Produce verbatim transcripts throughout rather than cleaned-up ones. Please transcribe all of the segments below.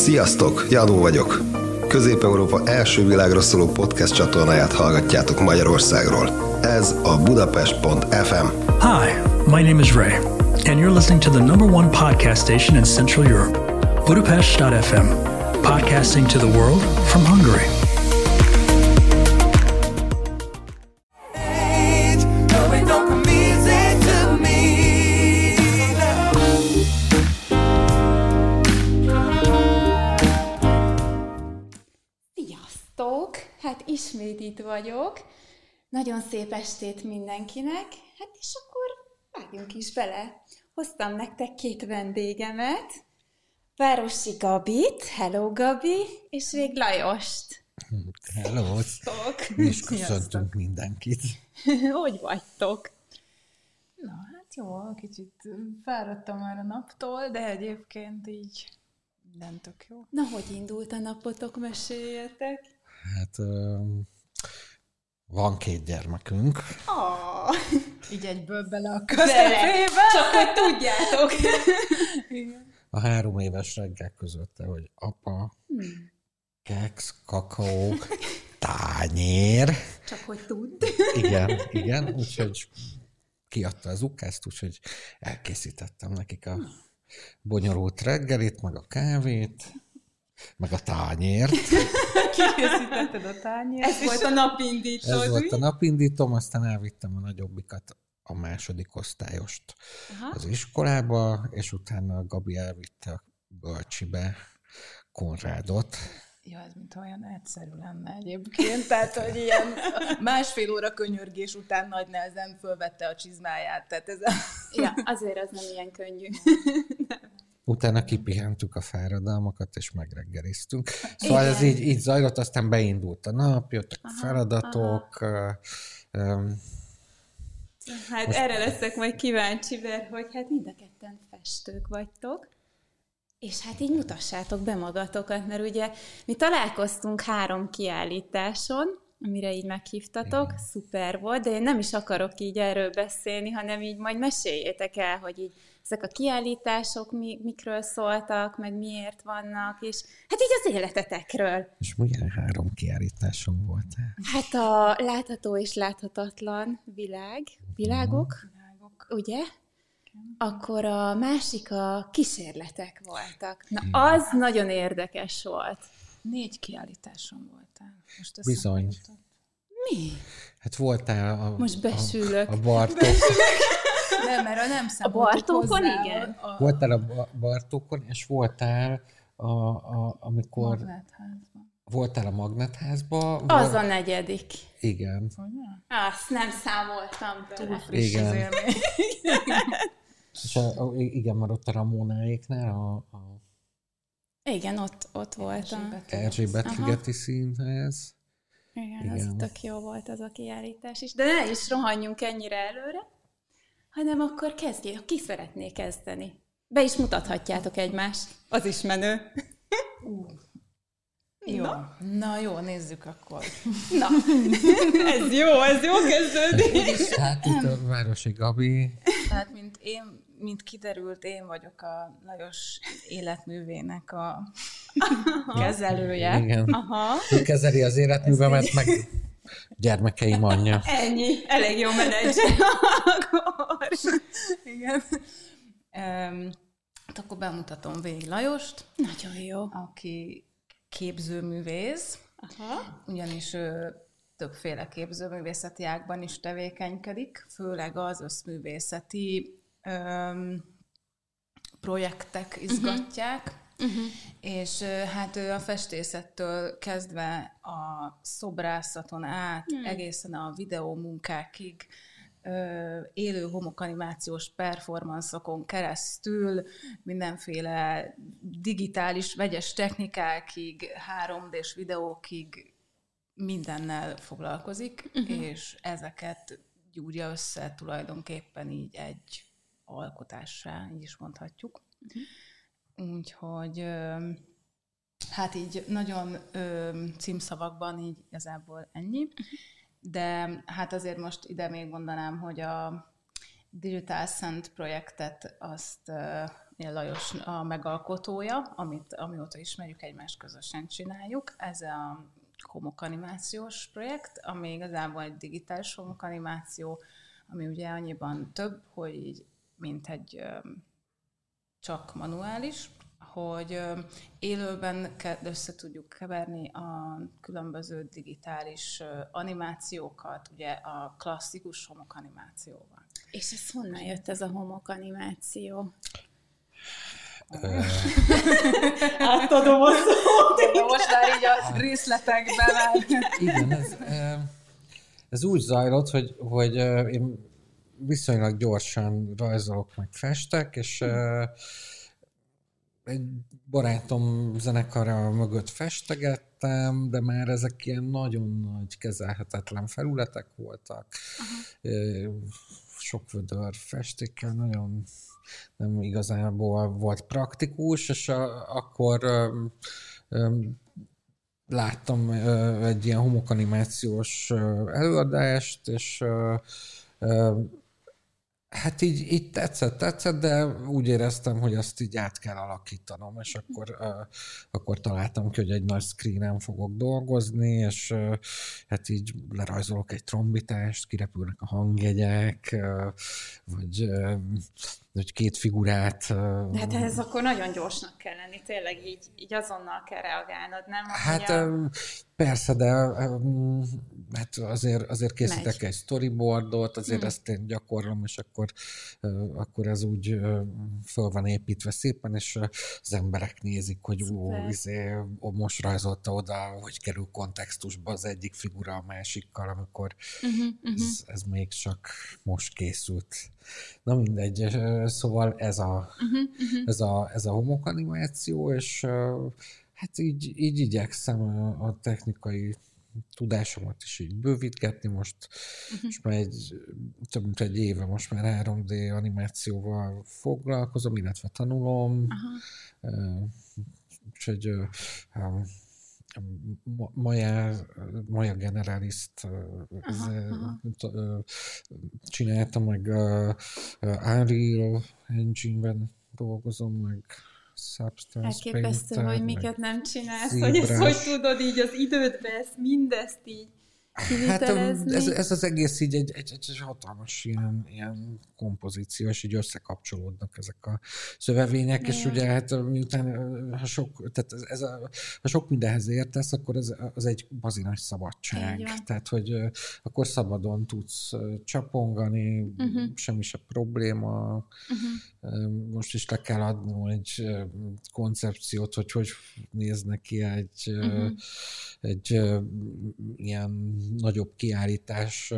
Sziasztok, Jadó vagyok. Közép-Európa első világra szóló podcast csatornáját hallgatjátok Magyarországról. Ez a Budapest pont ef em. Hi, my name is Ray, and you're listening to the number one podcast station in Central Europe, Budapest dot ef em, podcasting to the world from Hungary. Hát ismét itt vagyok. Nagyon szép estét mindenkinek. Hát és akkor vágjunk is bele. Hoztam nektek két vendégemet. Városi Gabit, hello Gabi, és még Lajost. Hello! Mi is köszöntünk mindenkit. Hogy vagytok? Na, hát jó, kicsit fáradtam már a naptól, de egyébként így minden tök jó. Na, hogy indult a napotok? Meséljetek! Hát van két gyermekünk. Oh. Így egyből bele a közepébe. Csak hogy tudjátok. Igen. A három éves reggel közötte, hogy apa, hmm. keksz, kakaó, tányér. Csak hogy tudd. Igen, igen, úgyhogy kiadta az ukázt, úgyhogy elkészítettem nekik a bonyolult reggelit, meg a kávét, meg a tányért. Kikészítetted a tányért. Ez volt a napindító. Ez volt a napindítom, aztán elvittem a nagyobbikat, a második osztályost Aha. az iskolába, és utána Gabi elvitte a bölcsibe Konrádot. Ja, ez mint olyan egyszerű lenne egyébként, tehát, hogy ilyen másfél óra könyörgés után nagy nehezen fölvette a csizmáját, tehát ez a... Ja, azért az nem ilyen könnyű. Utána kipihentük a fáradalmakat, és megreggeliztünk. Szóval igen. Ez így, így zajlott, aztán beindult a nap, jöttek aha, a feladatok. Aha. Um, hát most... erre leszek majd kíváncsi, mert hogy hát mind a ketten festők vagytok, és hát így mutassátok be magatokat, mert ugye mi találkoztunk három kiállításon, amire így meghívtatok, igen. Szuper volt, de én nem is akarok így erről beszélni, hanem így majd meséljétek el, hogy így ezek a kiállítások mi, mikről szóltak, meg miért vannak, és hát így az életetekről. És milyen három kiállításon voltál? Hát a látható és láthatatlan világ, világok, világok. ugye? Akkor a másik a kísérletek voltak. Na, az hmm. nagyon érdekes volt. Négy kiállításon voltál. Most bizony. Mi? Hát voltál a, most besülök. a, a Bartók. Nem, mert a nem A Bartókon, igen. A... Voltál a Bartókon, és voltál a, a, amikor... Magnetházban. Voltál a Magnetházban. Az a negyedik. Igen. Azt nem számoltam bele. Túl friss igen. az élmény. És a, a, igen, mert ott a Ramónáéknál a... a... Igen, ott, ott voltam. Erzsébet-ligeti Színház. Igen, igen, az tök jó volt az a kiállítás is. De ne is rohanjunk ennyire előre, hanem akkor kezdjél, ki szeretné kezdeni. Be is mutathatjátok egymást. Az is menő. Uh. Jó. Na? Na jó, nézzük akkor. Na, ez jó, ez jó kezdődik. Hát itt a Városi Gabi. Tehát, mint én, mint kiderült, én vagyok a Lajos életművének a kezelője. Igen. Aha. Ő kezeli az életművemet, meg gyermekeim anyja. Ennyi, elég jó menedzser. Igen. Um, akkor bemutatom végig Lajost. Nagyon jó. Aki képzőművész, Aha. ugyanis ő többféle képzőművészeti ágban is tevékenykedik, főleg az összművészeti öm, projektek izgatják, uh-huh. Uh-huh. és hát ő a festészettől kezdve a szobrászaton át, uh-huh. egészen a videómunkákig, élő homokanimációs performanszokon keresztül, mindenféle digitális, vegyes technikákig, három dés videókig mindennel foglalkozik, uh-huh. és ezeket gyúrja össze tulajdonképpen így egy alkotássá, így is mondhatjuk. Uh-huh. Úgyhogy hát így nagyon címszavakban így igazából ennyi. Uh-huh. De hát azért most ide még mondanám, hogy a Digital Scent projektet azt Lajos a megalkotója, amit, amióta ismerjük, egymást közösen csináljuk. Ez a homokanimációs projekt, ami igazából egy digitális homokanimáció, ami ugye annyiban több, hogy így, mint egy csak manuális, hogy élőben össze tudjuk keverni a különböző digitális animációkat, ugye a klasszikus homokanimációval. És ez honnan jött ez a homokanimáció? Átadom a szót. Most már így a részletekbe már. Igen, ez, ez úgy zajlott, hogy, hogy én viszonylag gyorsan rajzolok, meg festek, és egy barátom zenekara mögött festegettem, de már ezek ilyen nagyon nagy, kezelhetetlen felületek voltak. Aha. Sok vödör festékkel, nagyon nem igazából volt praktikus, és a, akkor um, um, láttam uh, egy ilyen homokanimációs uh, előadást, és uh, uh, hát így, így tetszett, tetszett, de úgy éreztem, hogy azt így át kell alakítanom, és akkor, uh, akkor találtam ki, hogy egy nagy screenen fogok dolgozni, és uh, hát így lerajzolok egy trombitást, kirepülnek a hangjegyek, uh, vagy, uh, vagy két figurát. Uh, de hát ez akkor nagyon gyorsnak kell lenni, tényleg így, így azonnal kell reagálnod, nem? Hát a... persze, de um, hát azért, azért készítek Megy. egy storyboardot, azért hmm. ezt én gyakorlom, és akkor, uh, akkor ez úgy uh, föl van építve szépen, és uh, az emberek nézik, hogy ó, izé, ó, most rajzolta oda, hogy kerül kontextusba az egyik figura a másikkal, amikor uh-huh, uh-huh. Ez, ez még csak most készült. Na mindegy, szóval ez a, uh-huh, uh-huh. ez a, ez a homokanimáció, és uh, hát így, így igyekszem a, a technikai tudásomat is így bővítgetni. Most, uh-huh. most már egy, több mint egy éve most már három dé animációval foglalkozom, illetve tanulom. Uh-huh. Úgyhogy uh, um, Maja, Maja Generalist uh-huh, uh-huh. csináltam, meg uh, Unreal Engine-ben dolgozom, meg Substance Elképesztő, Painter, hogy miket nem csinálsz, ZBrush. Hogy ezt hogy tudod így az idődbe ezt mindezt így kivitelezni? Hát ez, ez az egész így egy, egy, egy hatalmas ilyen, ilyen kompozíció, és így összekapcsolódnak ezek a szövevények, Milyen? És ugye hát miután ha sok, tehát ez a, ha sok mindenhez értesz, akkor ez az egy bazi nagy szabadság. Tehát, hogy akkor szabadon tudsz csapongani, uh-huh. semmi se probléma. Uh-huh. Most is le kell adnom egy koncepciót, hogy hogy néznek ki egy, uh-huh. egy ilyen nagyobb kiállítás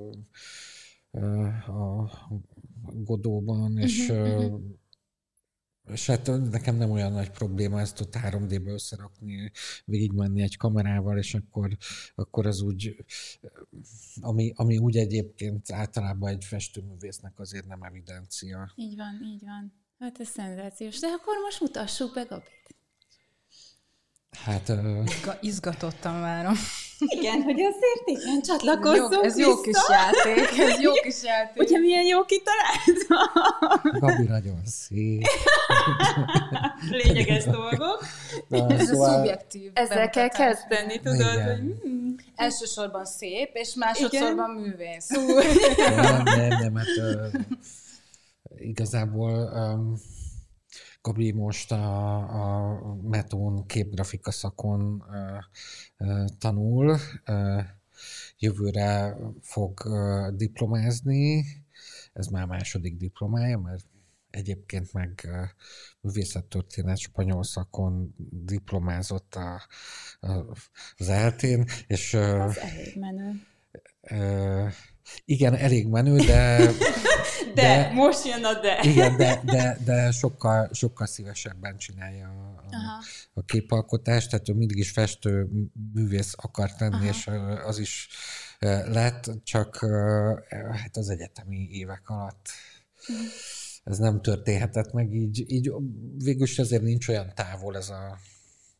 a Godóban, és, uh-huh. és hát nekem nem olyan nagy probléma ezt ott három dé-be összerakni, végigmenni egy kamerával, és akkor, akkor az úgy, ami, ami úgy egyébként általában egy festőművésznek azért nem evidencia. Így van, így van. Hát ez szenzációs. De akkor most mutassuk be Gabit. Hát... Uh... Izgatottan várom. Igen, hogy azért igen, csatlakozzunk jó, Ez vissza. Jó kis játék, ez jó kis játék. Ugye milyen jó kitaláltam? Gabi nagyon szép. Lényeges dolgok. Na, ez szóval... a szubjektív. Ezzel kell kezdeni, tudod, hogy... Hmm. Elsősorban szép, és másodszorban művész. nem, nem, nem, hát uh, igazából... Um, Gabi most a, a Metón képgrafika szakon uh, uh, tanul, uh, jövőre fog uh, diplomázni, ez már második diplomája, mert egyébként meg uh, művészettörténet spanyol szakon diplomázott a, a, az eltén, és... Uh, az elég menő. Uh, igen, elég menő, de... de, de, most jön a de. Igen, de, de, de sokkal, sokkal szívesebben csinálja a, a, a képalkotást, tehát ő mindig is festő művész akart lenni, Aha. és az is lett, csak hát az egyetemi évek alatt uh-huh. ez nem történhetett meg, így, így végülis azért nincs olyan távol ez a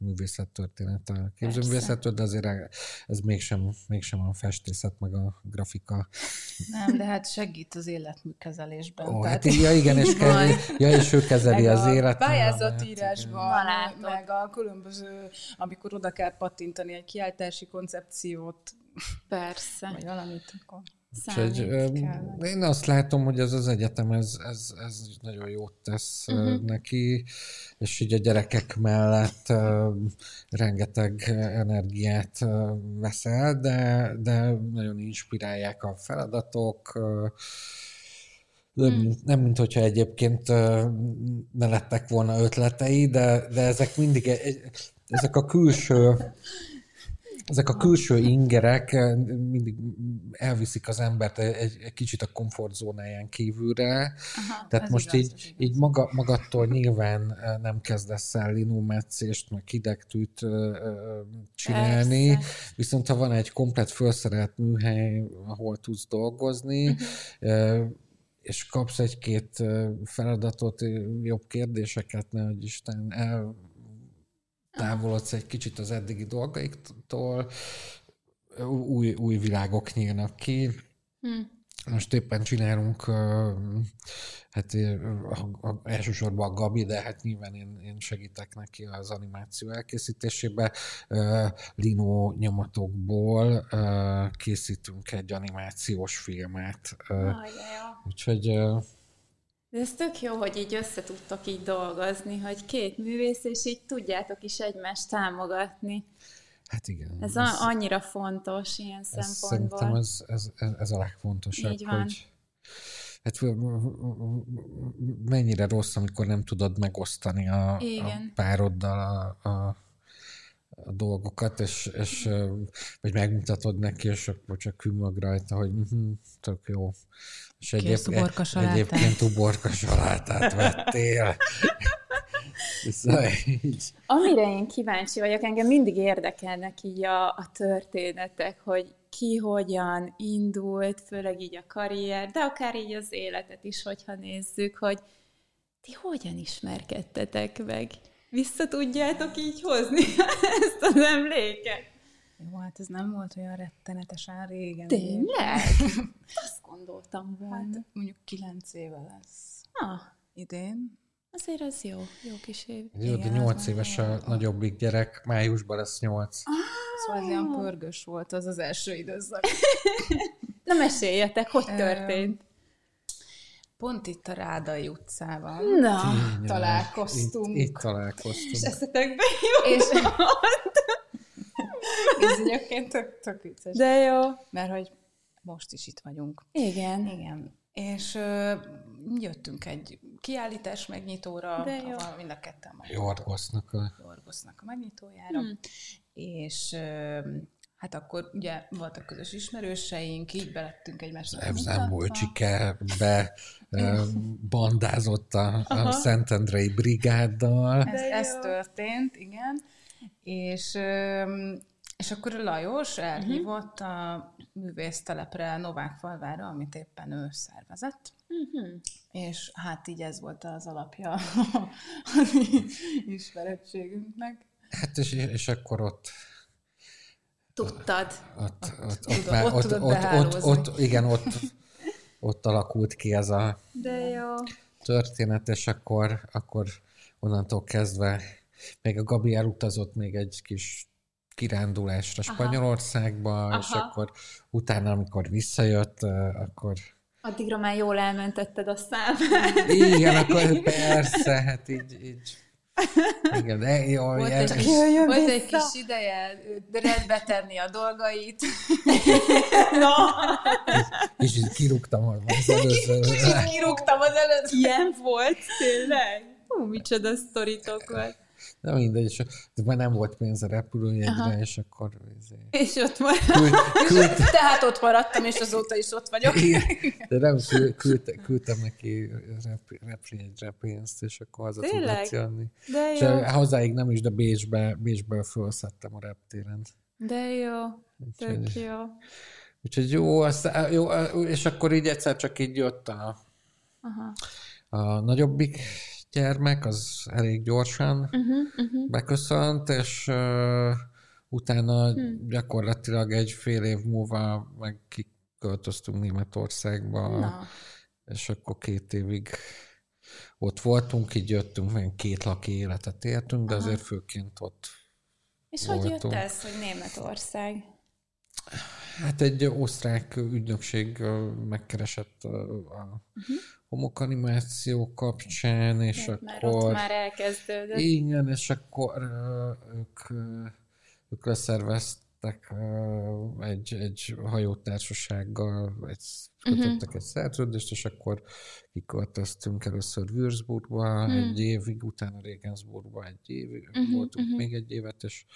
művészettörténet, a képzőművészettől, de azért ez mégsem, mégsem a festészet, meg a grafika. Nem, de hát segít az életműkezelésben. Ó, tehát... hát ja, igen, és, kell, ja, és ő kezeli az életművet. Pályázatírásban, meg a különböző, amikor oda kell pattintani egy kiáltási koncepciót, persze. vagy valamit, akkor... Úgyhogy, én azt látom, hogy ez az egyetem, ez, ez, ez nagyon jót tesz uh-huh. neki, és így a gyerekek mellett uh, rengeteg energiát uh, veszel, de, de nagyon inspirálják a feladatok, uh, nem, hmm. nem mint hogyha egyébként uh, ne lettek volna ötletei, de, de ezek mindig, ezek a külső Ezek a külső ingerek mindig elviszik az embert egy, egy kicsit a komfortzónáján kívülre. Aha, tehát most igaz, így, így maga, magadtól nyilván nem kezdesz el linómetszést, meg hidegtűt csinálni, persze. Viszont ha van egy komplett felszerelt műhely, ahol tudsz dolgozni, uh-huh. és kapsz egy-két feladatot, jobb kérdéseket, nehogy Isten el távolodsz egy kicsit az eddigi dolgaiktól, új, új világok nyílnak ki. Hmm. Most éppen csinálunk, hát a, a, elsősorban a Gabi, de hát nyilván én, én segítek neki az animáció elkészítésében. Lino nyomatokból készítünk egy animációs filmet. Ah, úgyhogy... De ez tök jó, hogy így össze tudtok így dolgozni, hogy két művész, és így tudjátok is egymást támogatni. Hát igen. Ez, ez annyira fontos ilyen ez szempontból. Szerintem ez, ez, ez a legfontosabb, így van. Hogy hát mennyire rossz, amikor nem tudod megosztani a, a pároddal a, a, a dolgokat, és, és vagy megmutatod neki, és akkor csak hűmög rajta, hogy uh-huh, tök jó. És egyéb, egyébként uborka salátát vettél. Szóval így. Amire én kíváncsi vagyok, engem mindig érdekelnek így a, a történetek, hogy ki hogyan indult, főleg így a karrier, de akár így az életet is, hogyha nézzük, hogy ti hogyan ismerkedtetek meg? Vissza tudjátok így hozni ezt az emléket? Jó, hát ez nem volt olyan rettenetesen régen. Tényleg? Azt gondoltam volna. Hát mondjuk kilenc éve lesz. Ah. Idén. Azért az jó, jó kis év. Jó, de nyolc éves a nagyobbik gyerek, májusban lesz nyolc. Ah. Szóval ez ilyen pörgős volt az az első időszak. Na meséljetek, hogy történt? Pont itt a Rádai utcában Na. Tényleg. találkoztunk. Itt, itt találkoztunk. És eszetekbe jó. És ez egyébként tök, tök vicces. De jó. Mert hogy most is itt vagyunk. Igen. Igen. És ö, jöttünk egy kiállítás megnyitóra, ahol mind a ketten Jorgosznak a... Jorgosznak a megnyitójára. Hmm. És ö, hát akkor ugye voltak közös ismerőseink, így belettünk egymásra. Evzen Bolcsike be bandázott a, a Szentendrei brigáddal. Ez, ez történt, igen. És... Ö, És akkor Lajos elhívott uh-huh. a művésztelepre, Novák-Falvára, amit éppen ő szervezett. Uh-huh. És hát így ez volt az alapja a ismerettségünknek. Hát és, és akkor ott... Tudtad. Ott, ott, ott, ott, már, ott, ott, ott, ott, ott, igen, ott, ott alakult ki ez a De jó. történet, és akkor, akkor onnantól kezdve még a Gabi elutazott még egy kis kirándulásra Spanyolországba, Aha. és Aha. akkor utána, amikor visszajött, akkor... Addigra már jól elmentetted a számát. Igen, akkor persze, hát így... így. Igen, de jó, volt, el... egy, kis, volt egy kis ideje rendbe tenni a dolgait. No. És így kirúgtam az előző. Kicsit kirúgtam az előző. Ilyen volt tényleg? Hú, micsoda sztoritok volt. De mindegy, de már nem volt pénz a repülőjegyre, és akkor... Ezért... És ott maradtam. Küld, küld... Tehát ott maradtam, és azóta is ott vagyok. Igen, de nem küld, küldtem neki repülőjegyre pénzt, és akkor haza tudott jönni. De és jó. hazáig nem is, de Bécsbe, Bécsből felszettem a reptéren. De jó, tök úgyhogy, jó. Úgyhogy jó, aztán, jó, és akkor így egyszer csak így jött a, Aha. a nagyobbik gyermek, az elég gyorsan uh-huh, uh-huh. beköszönt, és uh, utána hmm. gyakorlatilag egy fél év múlva meg kiköltöztünk Németországba, Na. és akkor két évig ott voltunk, így jöttünk, meg két laki életet éltünk, de Aha. azért főként ott És voltunk. hogy jött ez, hogy Németország? Hát egy osztrák ügynökség megkeresett a uh-huh. homokanimáció kapcsán, és Mert akkor... Már ott már elkezdődött. Igen, és akkor uh, ők, uh, ők leszerveztek uh, egy, egy hajótársasággal, egy, kötöttek uh-huh. egy szerződést, és akkor kiköltöztünk először Würzburgba uh-huh. egy évig, utána Regensburgba egy évig, uh-huh. voltunk uh-huh. még egy évet, és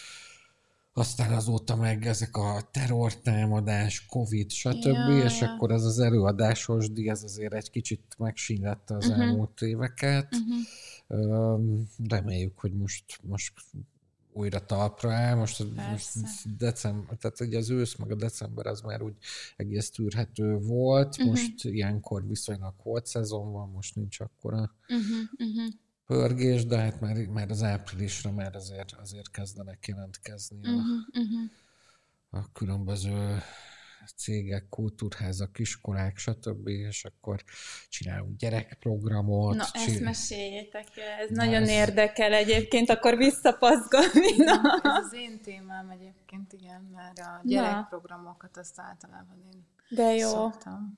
aztán azóta meg ezek a terrortámadás, Covid, stb. Ja, és ja. akkor ez az előadásos díj, ez azért egy kicsit megsínlette az uh-huh. elmúlt éveket. Uh-huh. Reméljük, hogy most, most újra talpra áll. Most, most december, tehát ugye az ősz meg a december az már úgy egész tűrhető volt. Uh-huh. Most ilyenkor viszonylag holt szezon van, most nincs akkora uh-huh. Uh-huh. pörgés, de hát már, már az áprilisra már azért, azért kezdenek jelentkezni a, uh-huh, uh-huh. a különböző cégek, kultúrházak, iskolák, stb. És akkor csinálunk gyerekprogramot. Na, csinál... ezt meséljétek el, ez Na, nagyon ez... érdekel egyébként, akkor visszapaszgatni. Na. Ez az én témám egyébként, igen, mert a gyerekprogramokat azt általában én De jó. szoktam.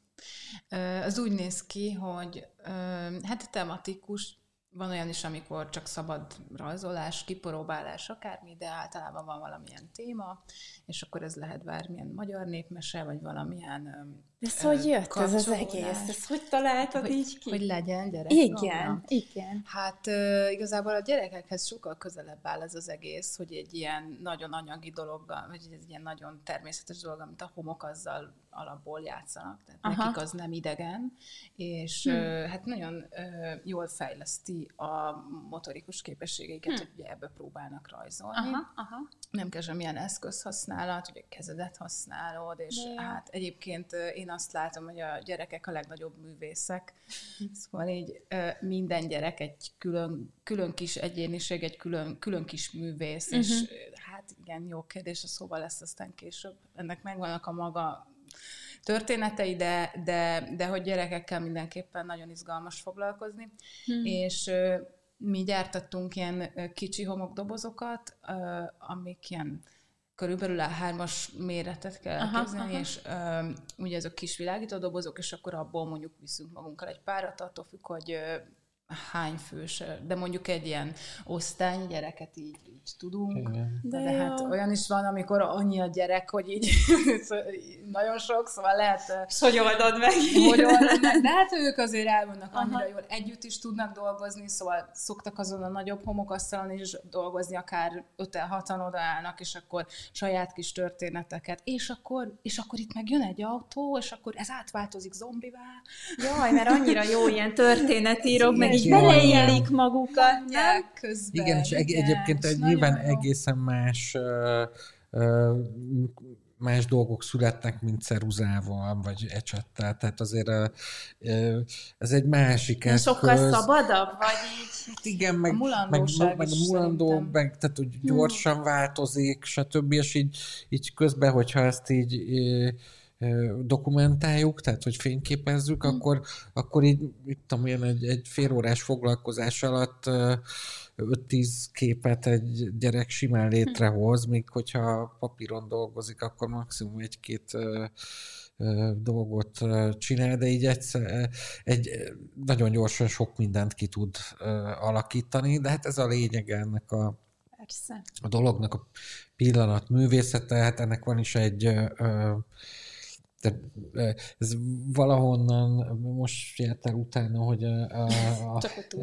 Az úgy néz ki, hogy hát tematikus, van olyan is, amikor csak szabad rajzolás, kipróbálás, akármi, de általában van valamilyen téma, és akkor ez lehet bármilyen magyar népmese, vagy valamilyen De ez hogy jött ez az egész? Ezt hogy találtad hogy, így ki? Hogy legyen gyerek. Igen, igen. Hát uh, igazából a gyerekekhez sokkal közelebb áll ez az egész, hogy egy ilyen nagyon anyagi dologgal, vagy egy ilyen nagyon természetes dolog, amit a homok azzal alapból játszanak. Tehát Aha. nekik az nem idegen, és hmm. uh, hát nagyon uh, jól fejleszti a motorikus képességeiket, hmm. hogy ugye ebbe próbálnak rajzolni. Aha, aha. Nem kell semmilyen eszközhasználat, hogy a kezedet használod, és De hát egyébként én azt látom, hogy a gyerekek a legnagyobb művészek. Szóval így minden gyerek egy külön, külön kis egyéniség, egy külön, külön kis művész, uh-huh. és hát igen, jó kérdés, a szóval lesz aztán később. Ennek megvannak a maga történetei, de, de, de hogy gyerekekkel mindenképpen nagyon izgalmas foglalkozni. Hmm. És mi gyártattunk ilyen kicsi homokdobozokat, amik ilyen körülbelül a hármas méretet kell elképzelni, és uh, ugye ezek kis világító dobozok, és akkor abból mondjuk viszünk magunkkal egy párat, attól függ, hogy uh, hány fős, de mondjuk egy ilyen osztály gyereket így, így tudunk. De, de hát olyan is van, amikor annyi a gyerek, hogy így nagyon sok, szóval lehet... Hogy oldod meg. Hogy oldod meg. De hát ők azért elvannak annyira Aha. jól, együtt is tudnak dolgozni, szóval szoktak azon a nagyobb homokasztalon is dolgozni, akár öten-hatan odaállnak, és akkor saját kis történeteket, és akkor, és akkor itt meg jön egy autó, és akkor ez átváltozik zombivá. Jaj, mert annyira jó ilyen történetírók, meg így beleélik magukat, nem? Közben, igen, és egy, egyébként egy nyilván jó. egészen más uh, uh, más dolgok születnek, mint ceruzával, vagy ecsettel, tehát azért uh, uh, ez egy másik eszköz. Sokkal szabadabb, vagy így? Hát igen, meg a mulandóság meg, meg a mulandó, meg, tehát úgy gyorsan hmm. változik, stb. És így, így közben, hogyha ezt így uh, dokumentáljuk, tehát hogy fényképezzük, mm. akkor, akkor így, itt tudom én, egy, egy fél órás foglalkozás alatt öt-tíz képet egy gyerek simán létrehoz, mm. míg hogyha papíron dolgozik, akkor maximum egy-két dolgot csinál, de így egyszer, egy nagyon gyorsan sok mindent ki tud alakítani, de hát ez a lényeg ennek a, a dolognak, a pillanat művészete, hát ennek van is egy de ez valahonnan most járt el utána, hogy a... a, a Csak ott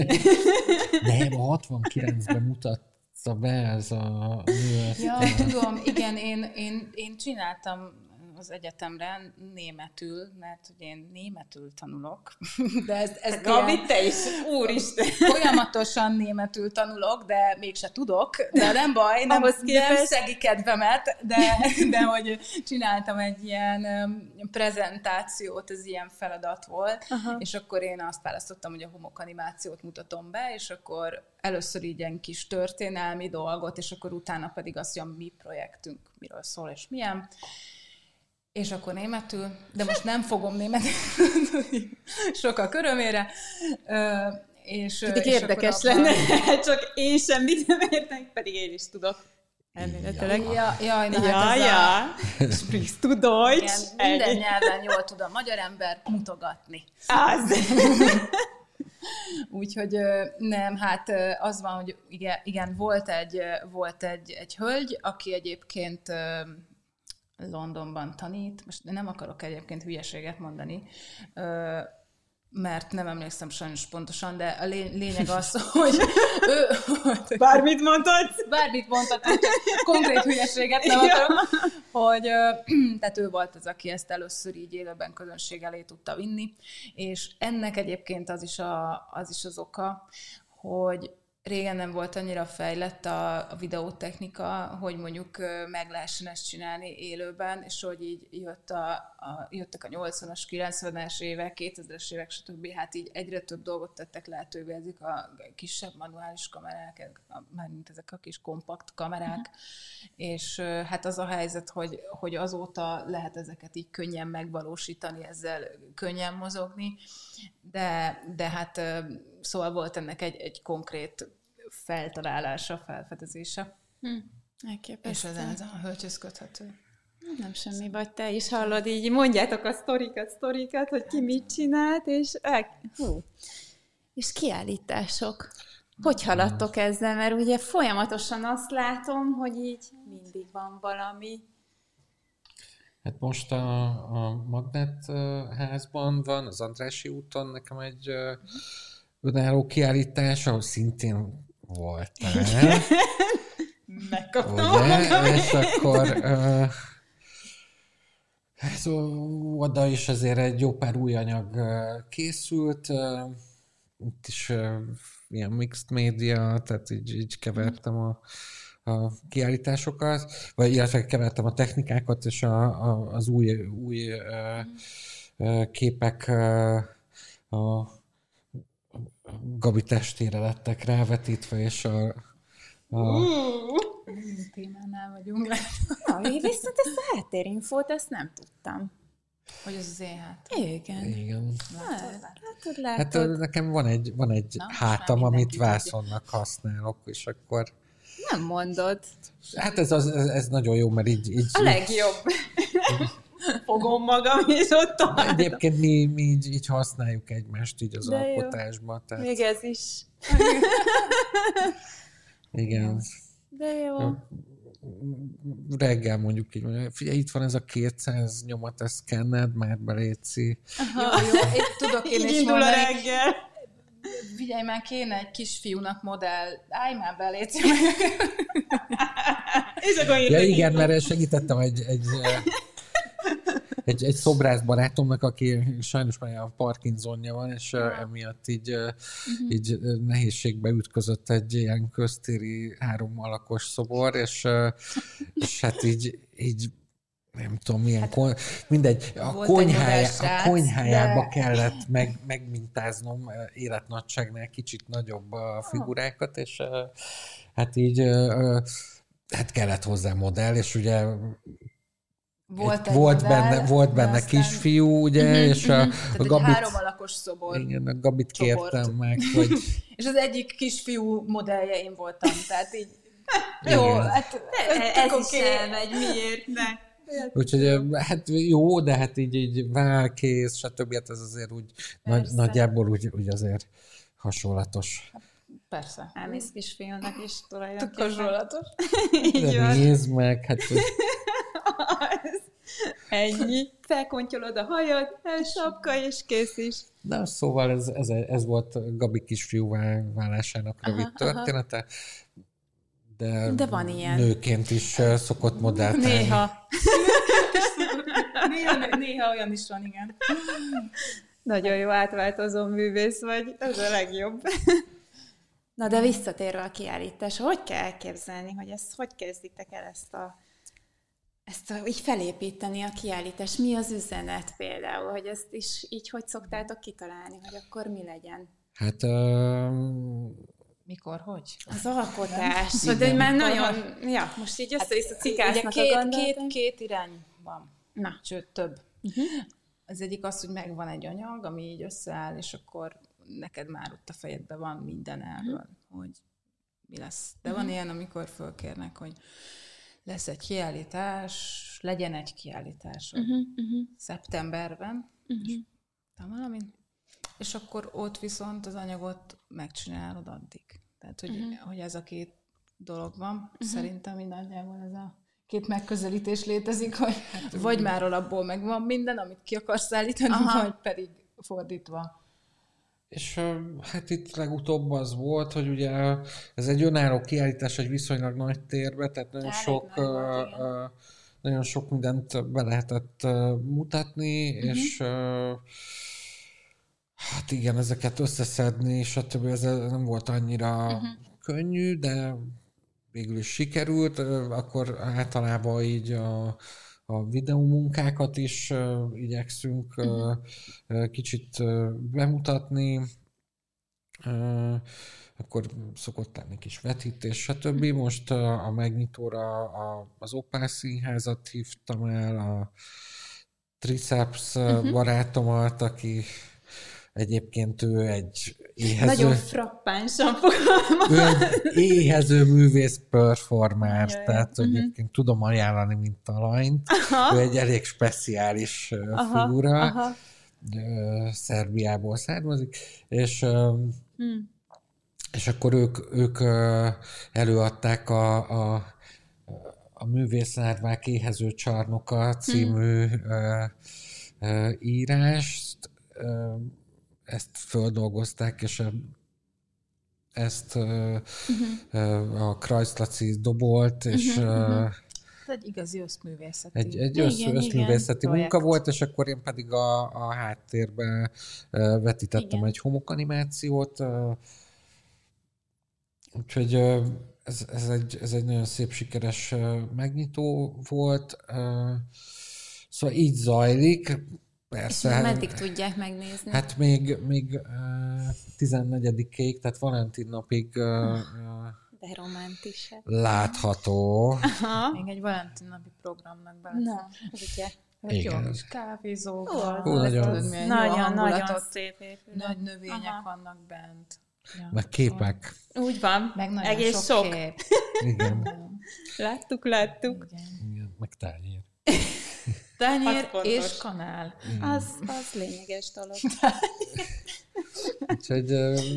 nem, a hatvankilencben mutatta be ez a művet. Ja, tudom, igen, én, én, én csináltam az egyetemre németül, mert hogy én németül tanulok, de ez, ez Gabi, te is, úristen! Folyamatosan németül tanulok, de mégse tudok, de nem baj, nem, nem szegi kedvemet, de, de hogy csináltam egy ilyen prezentációt, ez ilyen feladat volt, aha. és akkor én azt választottam, hogy a homokanimációt mutatom be, és akkor először így ilyen kis történelmi dolgot, és akkor utána pedig azt, hogy a mi projektünk miről szól, és milyen. És akkor németül, de most nem fogom németül, sokkal örömére. És, pedig és érdekes lenne, abban... csak én semmit nem értek, pedig én is tudok. Elméletileg. Ja, jaj, na ja, hát ja. A... Sprichst du Deutsch? Igen, minden nyelven jól tud a magyar ember mutogatni. Az. Úgyhogy nem, hát az van, hogy igen, igen volt, egy, volt egy, egy hölgy, aki egyébként Londonban tanít, most nem akarok egyébként hülyeséget mondani, mert nem emlékszem sajnos pontosan, de a lényeg az, hogy ő... Bármit mondhatsz? Bármit mondhatsz, konkrét hülyeséget nem akarok, hogy tehát ő volt az, aki ezt először így élőben közönség elé tudta vinni, és ennek egyébként az is, a, az, is az oka, hogy régen nem volt annyira fejlett a, a videótechnika, hogy mondjuk meg lehessen ezt csinálni élőben, és hogy így jött a, a, jöttek a nyolcvanas, kilencvenes évek, kétezres évek, stb. Hát így egyre több dolgot tettek lehetővé, ezek a kisebb manuális kamerák, mármint ezek a kis kompakt kamerák, uh-huh. és hát az a helyzet, hogy, hogy azóta lehet ezeket így könnyen megvalósítani, ezzel könnyen mozogni, de, de hát szóval volt ennek egy, egy konkrét feltalálása, felfedezése. Hm. És ezen ez a hölgyhöz köthető. Nem semmi, vagy te is hallod, így mondjátok a sztorikat, sztorikat, hogy ki mit csinált, és, hú. és kiállítások. Hogy haladtok ezzel? Mert ugye folyamatosan azt látom, hogy így mindig van valami. Hát most a, a Magnet házban van, az Andrássy úton nekem egy önálló kiállítás, ahol szintén voltál. Megkaptam magam. És akkor uh, hát, oda is azért egy jó pár új anyag készült. Uh, itt is uh, ilyen mixed media, tehát így, így kevertem a, a kiállításokat, vagy illetve kevertem a technikákat, és a, a, az új, új uh, uh, képek uh, a Gabi testére lettek rávetítve, és a... a... Uh, témánál vagyunk. Ja, viszont ezt a háttérinfót, ezt nem tudtam. Hogy ez az én hát. Igen. Igen. Látod, látod. látod, látod. Hát nekem van egy, van egy Na, hátam, amit vászonnak használok, és akkor... Nem mondod. Hát ez, az, ez, ez nagyon jó, mert így... így a legjobb. Fogom magam, és ott tartom. Egyébként mi, mi így, így használjuk egymást így az De alkotásban. Tehát... Még ez is. Igen. De jó. Reggel mondjuk így, figyelj, itt van ez a kétszáz nyomat, ezt szkenned, már beléci. Jó, jó, én tudok én így is indul mondani. a reggel. Figyelj, már kéne egy kisfiúnak modell. Állj már beléci. És akkor ja, igen, mert segítettem egy, egy, egy, egy szobrász barátomnak, aki sajnos már a Parkinsonja van, és emiatt így, uh-huh. így nehézségbe ütközött egy ilyen köztéri három alakos szobor, és, és hát így, így nem tudom, milyen, hát, kon... mindegy, a, konyhája, a konyhájába de... kellett meg, megmintáznom életnagyságnál kicsit nagyobb a figurákat, és hát így hát kellett hozzá modell, és ugye volt, volt modell, benne, volt benne aztán... kisfiú, ugye, uh-huh, és a, uh-huh. a Gabit... egy három alakos szobor. Igen, a Gabit csoport. Kértem meg, hogy... és az egyik kisfiú modellje én voltam, tehát így jó, hát ez is elmegy, miért ne? Úgyhogy hát jó, de hát így, így válkész, stb. Hát ez azért úgy nagy, nagyjából úgy, úgy azért hasonlatos. Persze. Elmész kisfiúnak is tulajdonképpen. Hasonlatos. De nézd meg, hát... Ennyi. Felkontyolod a hajad, sapka és kész is. Na, szóval ez, ez, ez volt Gabi kisfiú válásának rövid aha, története. Aha. De, De van ilyen. Nőként is szokott modellálni. Néha. néha, néha olyan is van, igen. Nagyon jó átváltozó művész vagy, ez a legjobb. Na de visszatérve a kiállításra, hogy kell elképzelni, hogy ezt, hogy kezditek el ezt a, ezt a, így felépíteni a kiállítást? Mi az üzenet például, hogy ezt is így hogy szoktátok kitalálni, hogy akkor mi legyen? Hát... Uh... Mikor, hogy? Az alkotás, de igen. Már nagyon, ja, most így össze-vissza cikásznak két, a gondolatot. Két, két irány van, na. Sőt, több. Uh-huh. Az egyik az, hogy megvan egy anyag, ami így összeáll, és akkor neked már ott a fejedben van minden erről, uh-huh. hogy mi lesz. De uh-huh. van ilyen, amikor fölkérnek, hogy lesz egy kiállítás, legyen egy kiállítás uh-huh. Uh-huh. szeptemberben, uh-huh. és valami, és akkor ott viszont az anyagot megcsinálod addig. Tehát, hogy, uh-huh. hogy ez a két dolog van. Uh-huh. Szerintem így nagyjából ez a két megközelítés létezik, hogy hát, vagy úgy. Már alapból megvan minden, amit ki akarsz állítani, aha. vagy pedig fordítva. És hát itt legutóbb az volt, hogy ugye ez egy önálló kiállítás egy viszonylag nagy térbe, tehát nagyon Elég sok volt, uh, nagyon sok mindent be lehetett uh, mutatni, uh-huh. és uh, hát igen, ezeket összeszedni, stb. Ez nem volt annyira uh-huh. könnyű, de végül is sikerült, akkor általában így a, a videómunkákat is uh, igyekszünk uh, uh, kicsit uh, bemutatni, uh, akkor szokott lenni kis vetítés, stb. Most uh, a megnyitóra a, az Opál Színházat hívtam el, a Triceps uh-huh. barátomat, aki egyébként ő egy éhező... Nagyon frappánsan fogalmaz. Ő egy éhező művész performer, jaj, tehát uh-huh. egyébként tudom ajánlani, mint talanyt. Aha. Ő egy elég speciális aha, figura. Aha. Szerbiából származik, és, hmm. és akkor ők, ők előadták a, a, a Művészlárvák éhező csarnoka című hmm. írást, ezt földolgozták, és ezt uh-huh. a Krajsz Laci dobolt, és uh-huh. ez egy igazi összművészeti. Egy, egy össz, igen, összművészeti igen. munka volt, és akkor én pedig a, a háttérben vetítettem igen. egy homokanimációt. Úgyhogy ez, ez, egy, ez egy nagyon szép, sikeres megnyitó volt. Szóval így zajlik. Persze. És meddig tudják megnézni? Hát még, még uh, tizennegyedikéig, tehát Valentin napig uh, de romantikus. Látható. Aha. Még egy Valentin napi programnak bele. Na, ugye. Jó kis kávézók. Nagyon-nagyon szép épület. Nagy növények aha. vannak bent. Ja. Meg képek. Úgy van. Meg nagyon egész sok, sok. Kép. Igen. láttuk, láttuk. Igen. Igen. Meg tányér. Tányér és kanál. Mm. Az, az lényeges dolog. Úgyhogy,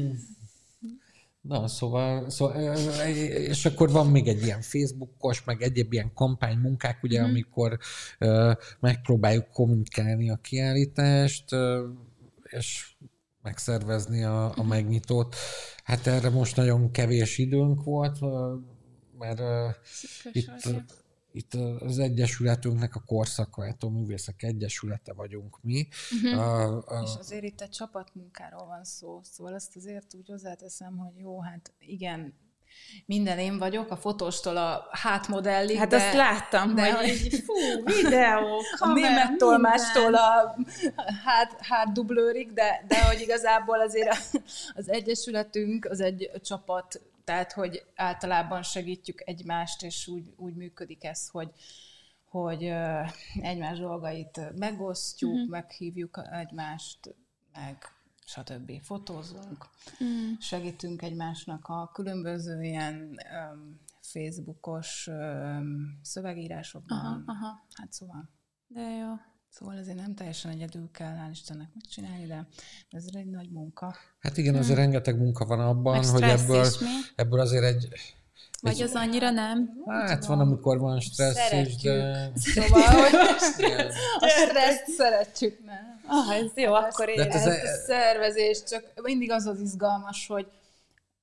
na, szóval, szóval, és akkor van még egy ilyen Facebookos, meg egyéb ilyen kampánymunkák, ugye, mm. amikor uh, megpróbáljuk kommunikálni a kiállítást, uh, és megszervezni a, a megnyitót. Hát erre most nagyon kevés időnk volt, uh, mert uh, itt... Itt az Egyesületünknek a Korszakváltó Művészek Egyesülete vagyunk mi. Uh-huh. A, a... És azért itt egy csapatmunkáról van szó, szóval ezt azért úgy hozzáteszem, hogy jó, hát igen, minden én vagyok, a fotóstól a hátmodellig. Hát de, azt láttam, de hogy így, fú, videó, a német tolmástól a hát, hátdublőrig, de, de hogy igazából azért az Egyesületünk az egy csapat, tehát, hogy általában segítjük egymást, és úgy, úgy működik ez, hogy, hogy egymás dolgait megosztjuk, mm-hmm. meghívjuk egymást, meg stb. Fotózunk, mm. segítünk egymásnak a különböző ilyen um, Facebookos um, szövegírásokban. Aha, aha. Hát szóval. De jó. Szóval ezért nem teljesen egyedül kell, hál' Istennek megcsinálni, de ez egy nagy munka. Hát igen, azért hmm. rengeteg munka van abban, meg hogy ebből, ebből azért egy... Vagy egy, az annyira nem? Hát van, amikor van stressz szeretjük. Is, de... Szóval, hogy a stresszt szeretjük, nem? Ah, ez jó, hát akkor érez. Ez a szervezés, csak mindig az az izgalmas, hogy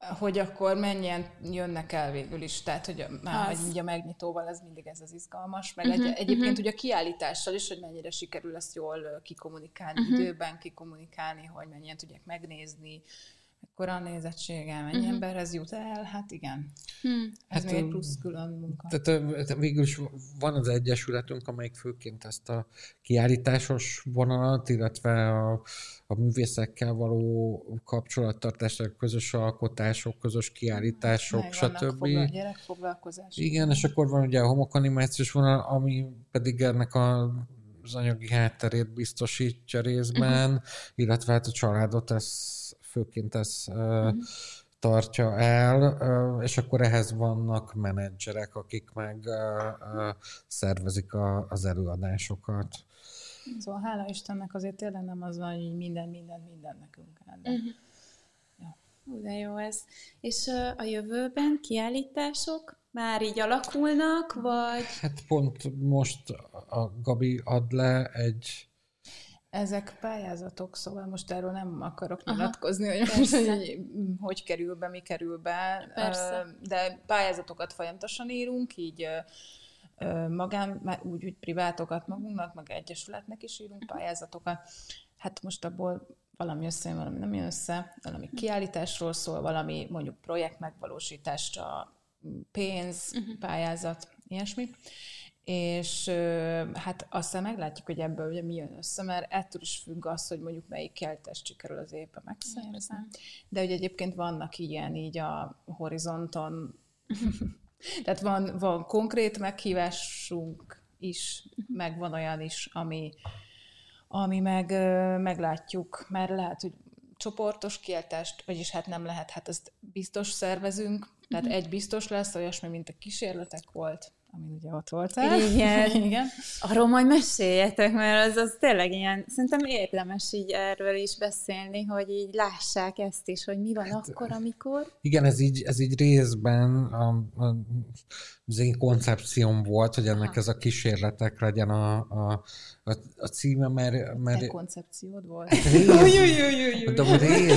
hogy akkor mennyien jönnek el végül is, tehát hogy már hogy így a megnyitóval ez mindig ez az izgalmas, meg uh-huh, egy, egyébként uh-huh. ugye a kiállítással is, hogy mennyire sikerül ezt jól kikommunikálni uh-huh. időben, kikommunikálni, hogy mennyien tudják megnézni, mekkora a nézettsége, mennyi uh-huh. emberhez jut el, hát igen. Hmm. Ez hát, még egy plusz külön munka. Tehát végül is van az egyesületünk, amelyik főként ezt a kiállításos vonalat, illetve a, a művészekkel való kapcsolattartás, közös alkotások, közös kiállítások, meg stb. Fogla, gyerekfoglalkozás. Igen, és akkor van ugye a homokanimációs vonal, ami pedig ennek a az anyagi hátterét biztosítja részben, uh-huh. illetve hát a családot ez főként ez uh-huh. tartja el, uh, és akkor ehhez vannak menedzserek, akik meg uh, uh, szervezik a, az előadásokat. Szóval hála Istennek azért tényleg nem az van, hogy minden, minden, minden nekünk áll. De... Uh-huh. Ja. Ú, de jó ez. És uh, a jövőben kiállítások már így alakulnak, vagy... Hát pont most a Gabi ad le egy... Ezek pályázatok, szóval most erről nem akarok nyilatkozni, hogy most, hogy hogy kerül be, mi kerül be. Persze. De pályázatokat folyamatosan írunk, így magán, úgy, úgy privátokat magunknak, meg egyesületnek is írunk pályázatokat. Hát most abból valami összejön, valami nem jön össze, valami kiállításról szól, valami mondjuk projekt megvalósításra, pénz, uh-huh. pályázat, ilyesmi. És hát aztán meglátjuk, hogy ebből ugye mi jön össze, mert ettől is függ az, hogy mondjuk melyik kiállítást sikerül az évben megszervezni. De ugye egyébként vannak ilyen így a horizonton, tehát van, van konkrét meghívásunk is, meg van olyan is, ami, ami meg meglátjuk, mert lehet, hogy csoportos kiállítást, vagyis hát nem lehet, hát ezt biztos szervezünk, tehát egy biztos lesz, olyasmi, mint a kísérletek volt, amin ugye ott voltál. Igen. Igen. Arról majd meséljetek, mert az, az tényleg ilyen, szerintem érdemes így erről is beszélni, hogy így lássák ezt is, hogy mi van hát, akkor, amikor... Igen, ez így, ez így részben a, a, az én koncepcióm volt, hogy ennek Aha. ez a kísérletek legyen a, a, a, a címe, mert... mert Te koncepciód volt? Rész, mondom, rész.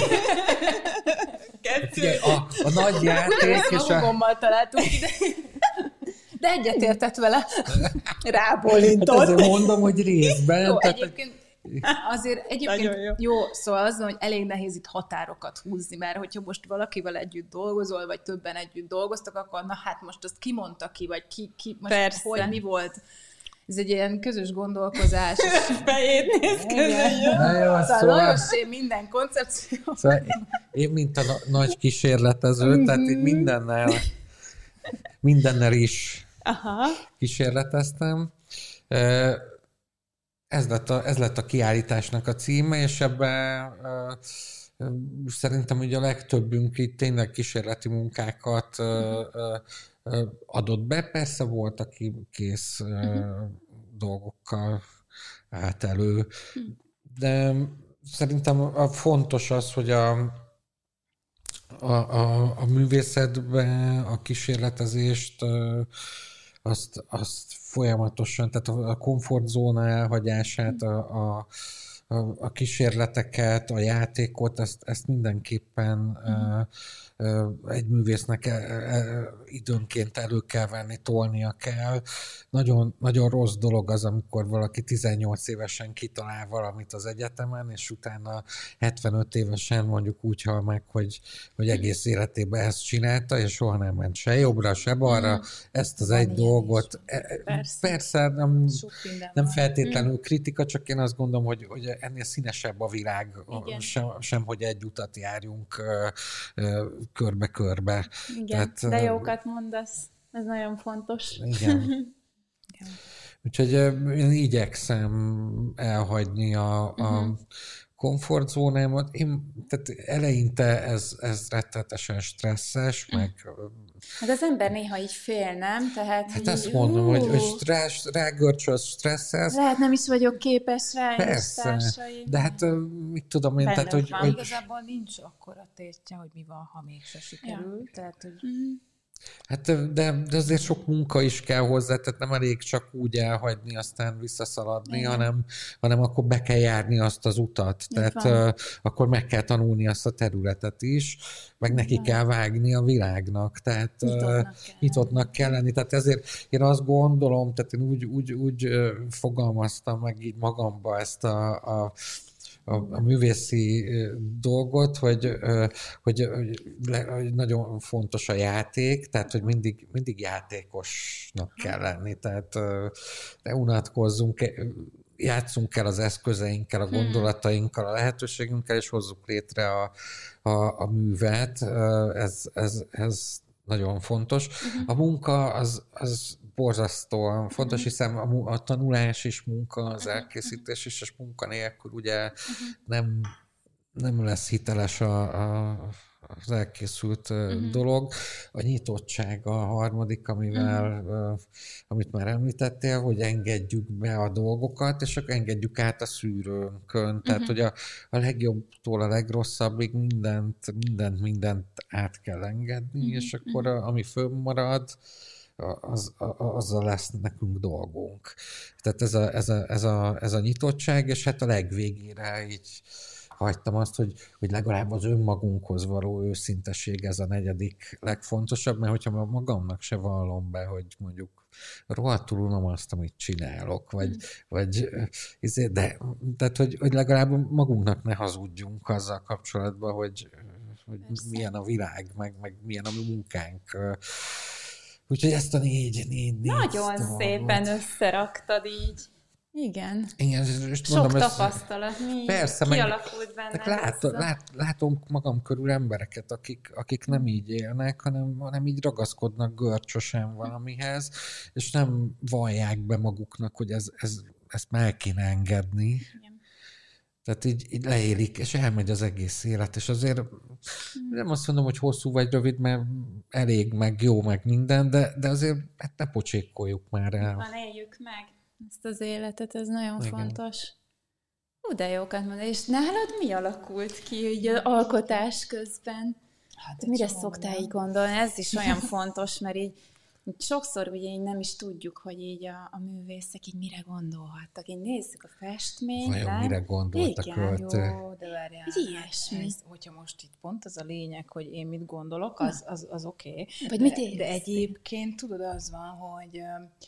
Kettő. A, a nagy játék és a... Magommal találtunk ide. De egyetértett vele. Rábólintott. Hát azért mondom, hogy részben. Jó, tehát, egyébként azért egyébként jó. jó, szóval az, hogy elég nehéz itt határokat húzni, mert hogyha most valakivel együtt dolgozol, vagy többen együtt dolgoztak, akkor na hát most azt kimondta ki, vagy ki, ki most Persze. hogy mi volt. Ez egy ilyen közös gondolkozás. Fejét néz közösen. Szóval, szóval Lajosé minden koncepció. Szóval én, mint a nagy kísérletező, tehát így mindennel, mindennel is Aha. kísérleteztem. Ez lett, a, ez lett a kiállításnak a címe, és ebben szerintem ugye a legtöbbünk itt tényleg kísérleti munkákat adott be. Persze volt, aki kész uh-huh. dolgokkal állt elő, de szerintem fontos az, hogy a, a, a, a művészetben a kísérletezést azt, azt folyamatosan, tehát a komfortzóna elhagyását, a, a a kísérleteket, a játékot, ezt, ezt mindenképpen mm. egy művésznek időnként elő kell venni, tolnia kell. Nagyon, nagyon rossz dolog az, amikor valaki tizennyolc évesen kitalál valamit az egyetemen, és utána hetvenöt évesen mondjuk úgy hal meg, hogy, hogy egész életében ezt csinálta, és soha nem ment se jobbra, se balra. Mm. Ezt az Van egy dolgot. Persze, persze nem, nem feltétlenül mm. kritika, csak én azt gondolom, hogy, hogy ennél színesebb a világ, sem, sem, hogy egy utat járjunk körbe-körbe. Igen, Tehát, de jókat mondasz. Ez nagyon fontos. Igen. igen. Úgyhogy én igyekszem elhagyni a, a uh-huh. komfortzónámat. Én, tehát eleinte ez, ez rettenetesen stresszes, meg... Hát az ember néha így fél, nem? Tehát hát így, azt mondom, hogy, hogy stressz, rágörcsöl, stresszesz. Lehet nem is vagyok képes rá, Persze, társaim. De hát mit tudom én, tehát, hogy, van. hogy... Igazából nincs akkora tétje, hogy mi van, ha mégse sikerül. Ja. Tehát, hogy... Mm. Hát de, de azért sok munka is kell hozzá, tehát nem elég csak úgy elhagyni, aztán visszaszaladni, hanem, hanem akkor be kell járni azt az utat. Igen. Tehát uh, akkor meg kell tanulni azt a területet is, meg Igen. neki kell vágni a világnak. Tehát nyitottnak, uh, kell, nyitottnak kell lenni. Tehát ezért én azt gondolom, tehát én úgy, úgy, úgy uh, fogalmaztam meg így magamba ezt a, a A, a művészi dolgot, hogy, hogy, hogy nagyon fontos a játék, tehát hogy mindig, mindig játékosnak kell lenni, tehát ne unatkozzunk, játszunk el az eszközeinkkel, a gondolatainkkal, a lehetőségünkkel, és hozzuk létre a, a, a művet. Ez, ez, ez nagyon fontos. A munka az, az borzasztóan fontos, hiszen a, a tanulás is munka, az elkészítés is, és munka nélkül ugye nem, nem lesz hiteles a, a, az elkészült uh-huh. dolog. A nyitottság a harmadik, amivel, uh-huh. amit már említettél, hogy engedjük be a dolgokat, és akkor engedjük át a szűrőnkön. Tehát, uh-huh. hogy a, a legjobbtól a legrosszabbig mindent, mindent, mindent át kell engedni, uh-huh. és akkor a, ami fönnmarad, Az, azzal lesz nekünk dolgunk. Tehát ez a, ez, a, ez, a, ez a nyitottság, és hát a legvégére így hagytam azt, hogy, hogy legalább az önmagunkhoz való őszinteség ez a negyedik legfontosabb, mert hogyha magamnak se vallom be, hogy mondjuk rohadtul unom azt, amit csinálok, vagy, mm. vagy de, tehát, hogy, hogy legalább magunknak ne hazudjunk azzal kapcsolatban, hogy, hogy milyen a világ, meg, meg milyen a munkánk. Úgyhogy ezt a négy, négy, négy Nagyon dolgot. Szépen összeraktad így. Igen. Igen, és sok mondom, tapasztalat, mi persze, kialakult meg, benne. Lát, lát, látom magam körül embereket, akik, akik nem így élnek, hanem, hanem így ragaszkodnak görcsösen valamihez, és nem vallják be maguknak, hogy ez, ez, ezt meg kéne engedni. Igen. Tehát így, így leélik, és elmegy az egész élet, és azért nem azt mondom, hogy hosszú vagy rövid, mert elég, meg jó, meg minden, de, de azért hát ne pocsékoljuk már el. Van, éljük meg ezt az életet, ez nagyon Igen. fontos. Hú, de jókat mondani. És nálad mi alakult ki így alkotás közben? Hát mire szoktál így gondolni? Ez is olyan fontos, mert így sokszor ugye így nem is tudjuk, hogy így a, a művészek így mire gondolhattak. Így nézzük a festményt. Vajon mire gondolt a költő? Jó, de várjál. Ilyesmi. Ez, hogyha most itt pont az a lényeg, hogy én mit gondolok, az, az, az oké. Okay. Vagy de, mit érsz? De egyébként tudod, az van, hogy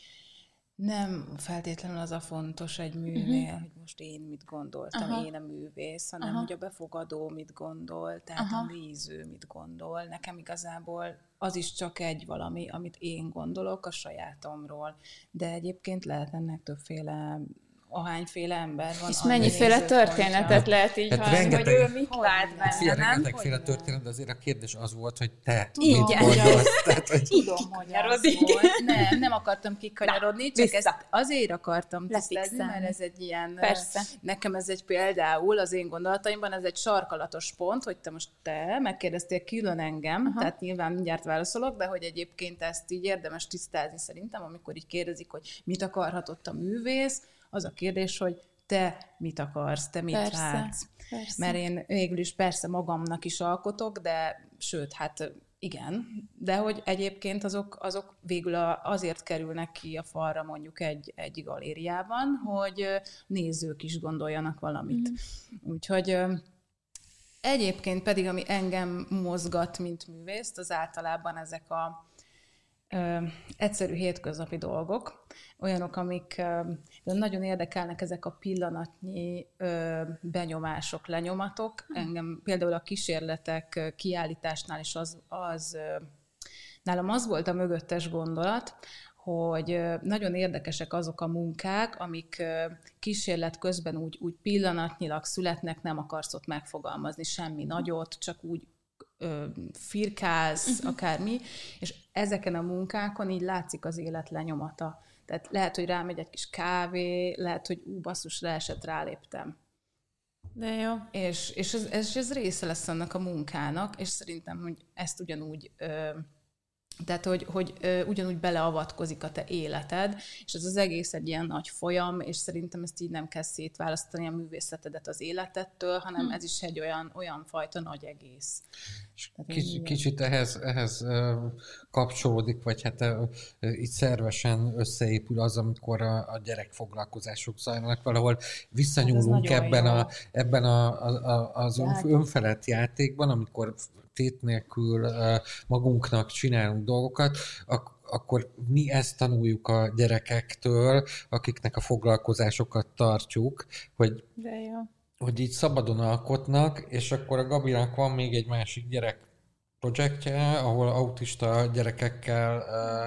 nem feltétlenül az a fontos egy műnél, uh-huh. hogy most én mit gondoltam, Aha. én a művész, hanem Aha. hogy a befogadó mit gondol, tehát Aha. a néző mit gondol. Nekem igazából az is csak egy valami, amit én gondolok a sajátomról. De egyébként lehet ennek többféle, ahányféle ember van. És mennyiféle történetet mondja. Lehet így hát hallani, hogy ő mit lát benne, nem? Rengetegféle történet, de azért a kérdés az volt, hogy te Tudom, mit gondolsz. Tehát, hogy... Tudom, hogy az volt. Nem, nem akartam kikanyarodni, csak vissza. Ezt azért akartam tisztázni, mert ez egy ilyen... Persze. Nekem ez egy például az én gondolataimban, ez egy sarkalatos pont, hogy te most te megkérdeztél külön engem, Aha. tehát nyilván mindjárt válaszolok, de hogy egyébként ezt így érdemes tisztázni szerintem, amikor így kérdezik, hogy mit akarhatott a művész, az a kérdés, hogy te mit akarsz, te mit persze, látsz. Persze. Mert én végül is persze magamnak is alkotok, de sőt, hát igen, de hogy egyébként azok, azok végül a, azért kerülnek ki a falra mondjuk egy, egy galériában, hogy nézők is gondoljanak valamit. Mm. Úgyhogy egyébként pedig, ami engem mozgat, mint művészt, az általában ezek a Ö, egyszerű hétköznapi dolgok, olyanok, amik ö, nagyon érdekelnek, ezek a pillanatnyi ö, benyomások, lenyomatok. Engem például a kísérletek kiállításnál is az, az ö, nálam az volt a mögöttes gondolat, hogy ö, nagyon érdekesek azok a munkák, amik ö, kísérlet közben úgy, úgy pillanatnyilag születnek, nem akarsz ott megfogalmazni semmi nagyot, csak úgy firkálsz, uh-huh. akármi, és ezeken a munkákon így látszik az élet lenyomata. Tehát lehet, hogy rámegy egy kis kávé, lehet, hogy ú, basszus, leesett, ráléptem. De jó. És, és, ez, ez, ez része lesz annak a munkának, és szerintem, hogy ezt ugyanúgy ö, Tehát, hogy, hogy ö, ugyanúgy beleavatkozik a te életed, és ez az egész egy ilyen nagy folyam, és szerintem ezt így nem kell szétválasztani a művészetedet az életettől, hanem hmm. ez is egy olyan, olyan fajta nagy egész. Kicsit, kicsit ehhez, ehhez kapcsolódik, vagy hát így szervesen összeépül az, amikor a, a gyerekfoglalkozások zajlanak, valahol visszanyúlunk hát ebben, a, ebben a, a, az önfelett játékban, amikor tét nélkül magunknak csinálunk dolgokat, ak- akkor mi ezt tanuljuk a gyerekektől, akiknek a foglalkozásokat tartjuk, hogy, hogy így szabadon alkotnak, és akkor a Gabinak van még egy másik gyerek projektje, ahol autista gyerekekkel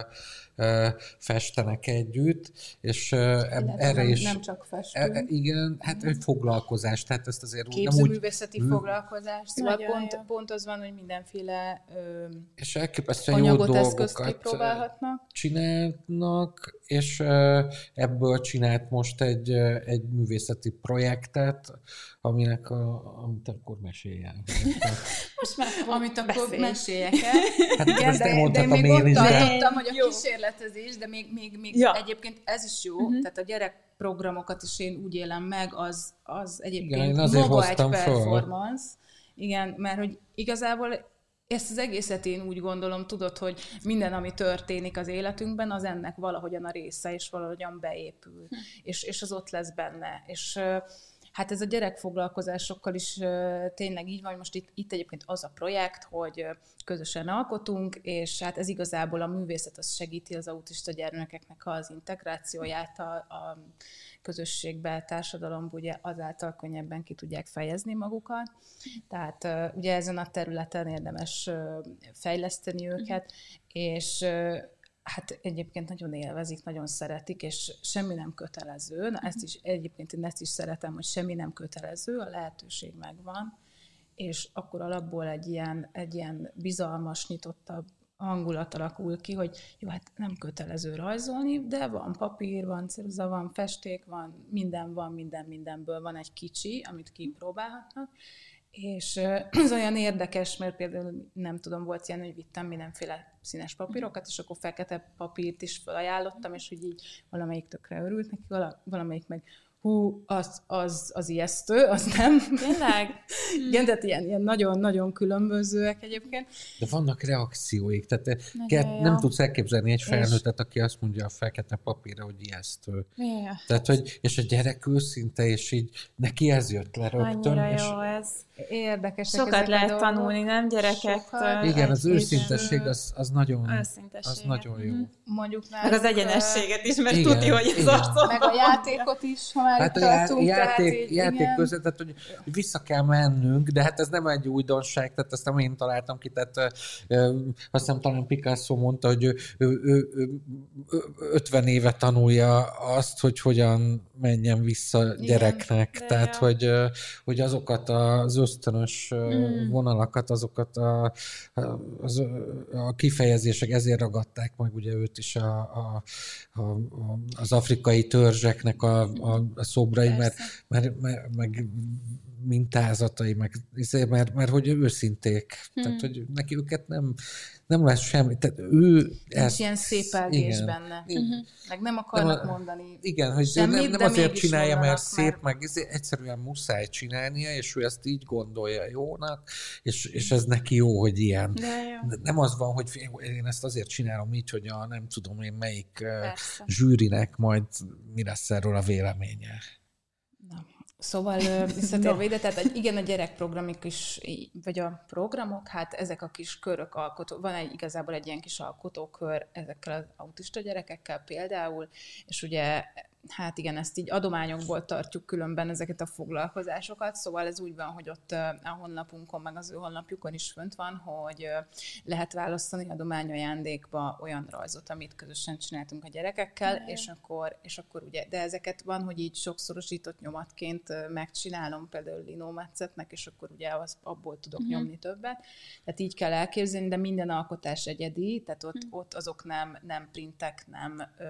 uh, uh, festenek együtt, és uh, eb- erre nem, is... Nem csak festünk. E, igen, hát egy foglalkozás, tehát ezt azért úgy... Képzőművészeti foglalkozás, szóval pont, pont az van, hogy mindenféle ö, és elképesztően jó dolgokat kipróbálhatnak. Csinálnak, és uh, ebből csinált most egy, egy művészeti projektet, aminek a, amit akkor mesélj el. Most már amit akkor meséljek el. Hát igen, de, de még én ott is, tartottam, de... hogy a jó. kísérletezés, de még, még, még ja. egyébként ez is jó, uh-huh. tehát a gyerekprogramokat is én úgy élem meg, az, az egyébként igen, maga egy performance. Föl. Igen, mert hogy igazából ezt az egészet én úgy gondolom, tudod, hogy minden, ami történik az életünkben, az ennek valahogyan a része, és valahogyan beépül, hm. és, és az ott lesz benne. És hát ez a gyerekfoglalkozásokkal is tényleg így van, most itt, itt egyébként az a projekt, hogy közösen alkotunk, és hát ez igazából a művészet, az segíti az autista gyermekeknek az integrációját a, a közösségbe, társadalomba, ugye azáltal könnyebben ki tudják fejezni magukat. Tehát ugye ezen a területen érdemes fejleszteni őket, és hát egyébként nagyon élvezik, nagyon szeretik, és semmi nem kötelező. Na, ezt is, egyébként én ezt is szeretem, hogy semmi nem kötelező, a lehetőség megvan, és akkor alapból egy ilyen, egy ilyen bizalmas, nyitottabb hangulat alakul ki, hogy jó, hát nem kötelező rajzolni, de van papír, van ceruza, van festék, van minden, van minden, mindenből van egy kicsi, amit kipróbálhatnak, és ez olyan érdekes, mert például nem tudom, volt ilyen, hogy vittem mindenféle színes papírokat, és akkor fekete papírt is felajánlottam, és hogy így valamelyik tökre örült neki, valamelyik meg hú, az, az, az ijesztő, az nem. Tényleg? Igen, tehát ilyen, ilyen nagyon-nagyon különbözőek egyébként. De vannak reakcióik, tehát ke- nem tudsz elképzelni egy felnőttet, aki azt mondja a fekete papírra, hogy ijesztő. Ja. Tehát, hogy, és a gyerek őszinte, és így neki ez jött le rögtön. Annyira és jó ez. Érdekesek sokat lehet tanulni, nem gyerekektől? Igen, az őszintesség az, az nagyon, az nagyon jó. Mondjuk meg az egyenességet is, mert igen, tudni, hogy ez arcol. Meg a játékot is, ha már hát itt a tartunk. játék, így, játék között, tehát, hogy vissza kell mennünk, de hát ez nem egy újdonság, tehát ezt nem én találtam ki, tehát ö, azt hiszem talán Picasso mondta, hogy ő, ő, ő, ő ötven éve tanulja azt, hogy hogyan menjen vissza gyereknek, igen, tehát hogy, hogy azokat az ösztönös mm. vonalakat, azokat a, az, a kifejezések, ezért ragadták meg ugye őt is a, a, a, az afrikai törzseknek a, a, a szobrai, mert, mert, mert meg mintázatai, meg, mert, mert hogy őszinték, hmm. tehát hogy neki őket nem, nem lesz semmi, tehát ő ezt... ilyen szépelgés igen, benne. Igen. Meg nem akarnak nem, mondani igen, hogy semmit, nem, nem azért csinálja, mert szép, meg egyszerűen muszáj csinálnia, és ő ezt így gondolja jónak, és, és ez neki jó, hogy ilyen. Jó. Nem az van, hogy én ezt azért csinálom így, hogy a nem tudom én melyik persze. Zsűrinek majd mi lesz erről a véleménye. Na. Szóval visszatérve ide, tehát igen, a gyerekprogramok is, vagy a programok, hát ezek a kis körök alkotó, van egy, igazából egy ilyen kis alkotókör ezekkel az autista gyerekekkel például, és ugye hát igen, ezt így adományokból tartjuk különben ezeket a foglalkozásokat, szóval ez úgy van, hogy ott a honlapunkon, meg az ő honlapjukon is fönt van, hogy lehet választani adományajándékba olyan rajzot, amit közösen csináltunk a gyerekekkel, mm. és akkor, és akkor ugye, de ezeket van, hogy így sokszorosított nyomatként megcsinálom, például linómetszetnek, és akkor ugye az, abból tudok mm. nyomni többet. Tehát így kell elképzelni, de minden alkotás egyedi, tehát ott, mm. ott azok nem, nem printek, nem... Ö,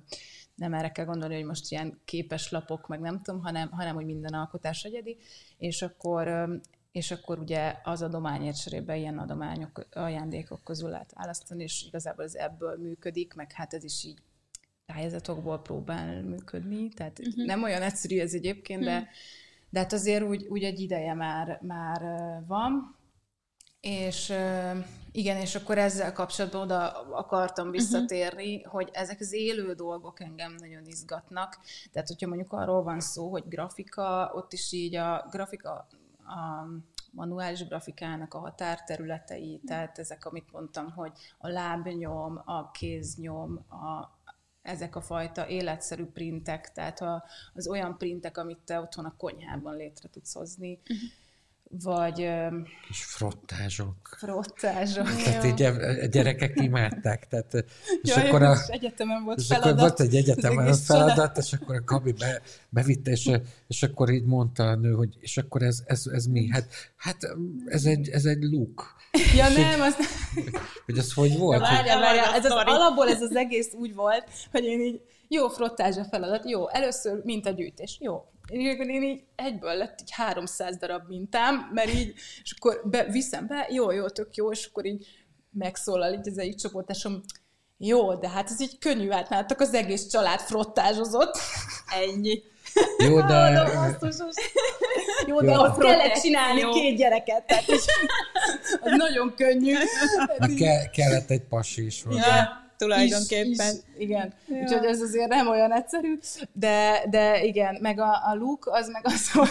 nem erre kell gondolni, hogy most ilyen képes lapok, meg nem tudom, hanem, hanem hogy minden alkotás egyedi, és akkor és akkor ugye az adományért cserébe ilyen adományok, ajándékok közül lehet választani, és igazából ez ebből működik, meg hát ez is így pályázatokból próbál működni, tehát uh-huh. nem olyan egyszerű ez egyébként, uh-huh. de, de hát azért úgy, úgy egy ideje már, már van, és igen, és akkor ezzel kapcsolatban oda akartam visszatérni, uh-huh. hogy ezek az élő dolgok engem nagyon izgatnak, tehát hogyha mondjuk arról van szó, hogy grafika, ott is így a grafika, a manuális grafikának a határterületei, tehát ezek, amit mondtam, hogy a lábnyom, a kéznyom, a ezek a fajta életszerű printek, tehát a, az olyan printek, amit te otthon a konyhában létre tudsz hozni, uh-huh. vagy... Kis frottázsok. Frottázsok. Tehát így a gyerekek imádták. Tehát, és Jaj, akkor a, egyetemen volt és feladat. akkor volt egy egyetemen feladat, és akkor a Gabi be, bevitte, és, és akkor így mondta a nő, hogy és akkor ez, ez, ez mi? Hát, hát ez, egy, ez egy look. Ja és nem, az... Hogy az hogy volt? Várjál, várjál, ez az alapból ez az egész úgy volt, hogy én így, jó, frottázs a feladat, jó, először mintagyűjtés, jó. Én, én így egyből lett így háromszáz darab mintám, mert így, és akkor be, viszem be, jó, jó, tök jó, és akkor így megszólal így az egyik csoportásom, jó, de hát ez így könnyű, hát nálatok az egész család frottázsozott. Ennyi. Jó, de... Jó, de ahhoz kellett csinálni jó. két gyereket, tehát is, az nagyon könnyű. Ke- kellett egy pasi is. Ja, tulajdonképpen. Is, is, igen, ja. Úgyhogy ez azért nem olyan egyszerű, de, de igen, meg a, a look, az meg az, hogy...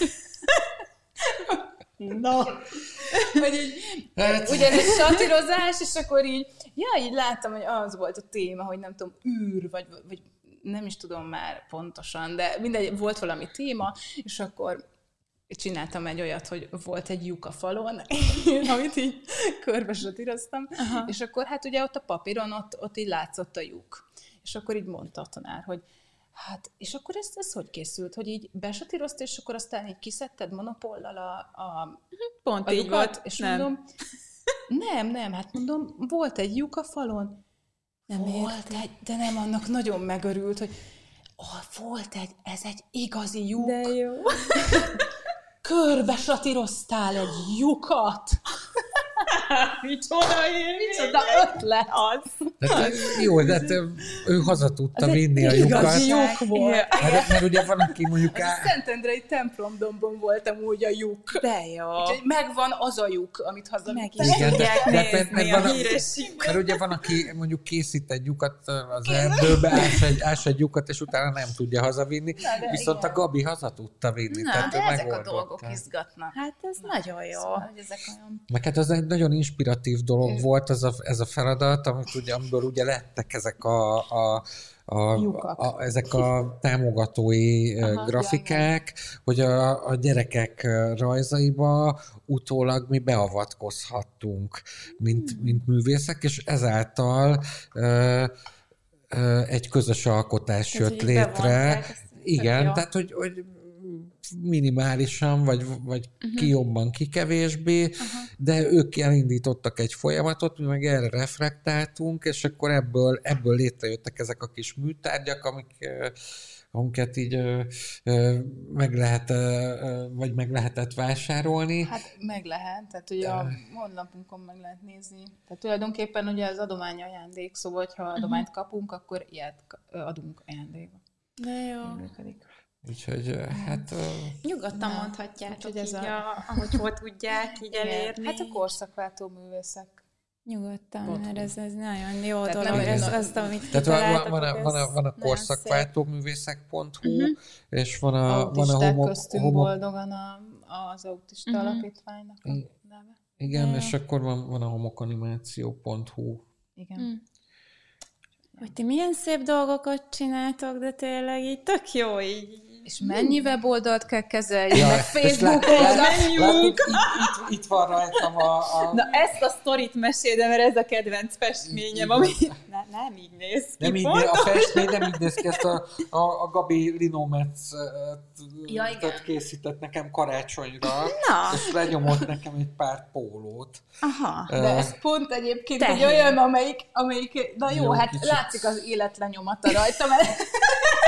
Na, hogy így, ugye ez egy satírozás, és akkor így, ja, így láttam, hogy az volt a téma, hogy nem tudom, űr, vagy, vagy nem is tudom már pontosan, de mindegy, volt valami téma, és akkor csináltam egy olyat, hogy volt egy lyuk a falon, amit így körbe satíroztam, aha. És akkor hát ugye ott a papíron, ott, ott így látszott a lyuk. És akkor így mondta a tanár, hogy hát, és akkor ez, ez hogy készült? Hogy így besatíroztál, és akkor aztán így kiszedted monopollal a, a Pont a így lyukat, volt, és nem. mondom, nem, nem, hát mondom, volt egy lyuk a falon. Nem volt egy, de nem, annak nagyon megörült, hogy oh, volt egy, ez egy igazi lyuk. De jó. Körbe satíroztál egy lyukat. Micsoda én, micsoda ötlet az. Tehát, jó, de hát ő haza tudta ez vinni a lyukat. Igazi lyuk volt. Mert, mert ugye van, aki mondjuk... Az á... a Szentendrei templomdombon voltam úgy a lyuk. De jó. Úgyhogy megvan az a lyuk, amit hazavittem. Meg is tudják nézni a híres lyuk. Mert ugye van, aki mondjuk készít egy lyukat az erdőbe, ás egy, ás egy lyukat, és utána nem tudja hazavinni. Na, viszont igen. A Gabi haza tudta vinni. Na, tehát de ezek a dolgok izgatnak. Hát ez Na, nagyon jó. Szóval, ezek olyan... Meg hát az egy nagyon inspiratív dolog é. volt az a, ez a feladat, amit ugye, amiből ugye lettek ezek a, a A, a, ezek a támogatói aha, grafikák, jaj, hogy a, a gyerekek rajzaiba utólag mi beavatkozhattunk, mint, hmm. mint művészek, és ezáltal ö, ö, egy közös alkotás tehát, jött létre. Igen, tehát hogy, hogy minimálisan, vagy, vagy uh-huh. ki jobban, ki kevésbé, uh-huh. de ők elindítottak egy folyamatot, mi meg erre reflektáltunk, és akkor ebből, ebből létrejöttek ezek a kis műtárgyak, amik, amiket így meg lehet, vagy meg lehetett vásárolni. Hát meg lehet, tehát ugye a honlapunkon meg lehet nézni. Tehát tulajdonképpen ugye az adomány ajándék, szóval ha adományt uh-huh. kapunk, akkor ilyet adunk ajándékba. De jó. Működik. Úgyhogy hát... Nyugodtan na, mondhatjátok, hogy ez a... a, ahogy hol tudják így igen, elérni. Hát a korszakváltó művészek. Nyugodtan, ott mert ez, ez nagyon jó tehát dolog, nem ez azt, amit tehát van, van, a, van, a, van a korszakváltó művészek pont hu, uh-huh. és van a... Autisták van a homo, köztünk homo... boldogan a, az autista uh-huh. alapítványnak a neve. Igen, ja. És akkor van, van a homokanimáció pont hu. Igen. Mm. Hogy ti milyen szép dolgokat csináltok, de tényleg így tök jó így. És mennyi weboldalt kell kezelni, ja, meg Facebook oldalt. Itt, itt, itt van rajtam a, a... Na ezt a sztorit meséld, mert ez a kedvenc festményem, ami ne, nem így néz ki. Nem így néz, a festmény nem így néz ki, ezt a, a, a Gabi Linometsz ja, készített nekem karácsonyra, na. És lenyomott nekem egy pár pólót. Aha. De ez pont egyébként egy olyan, amelyik, amelyik na jó, jó hát kicsit. Látszik az élet lenyomata rajta, mert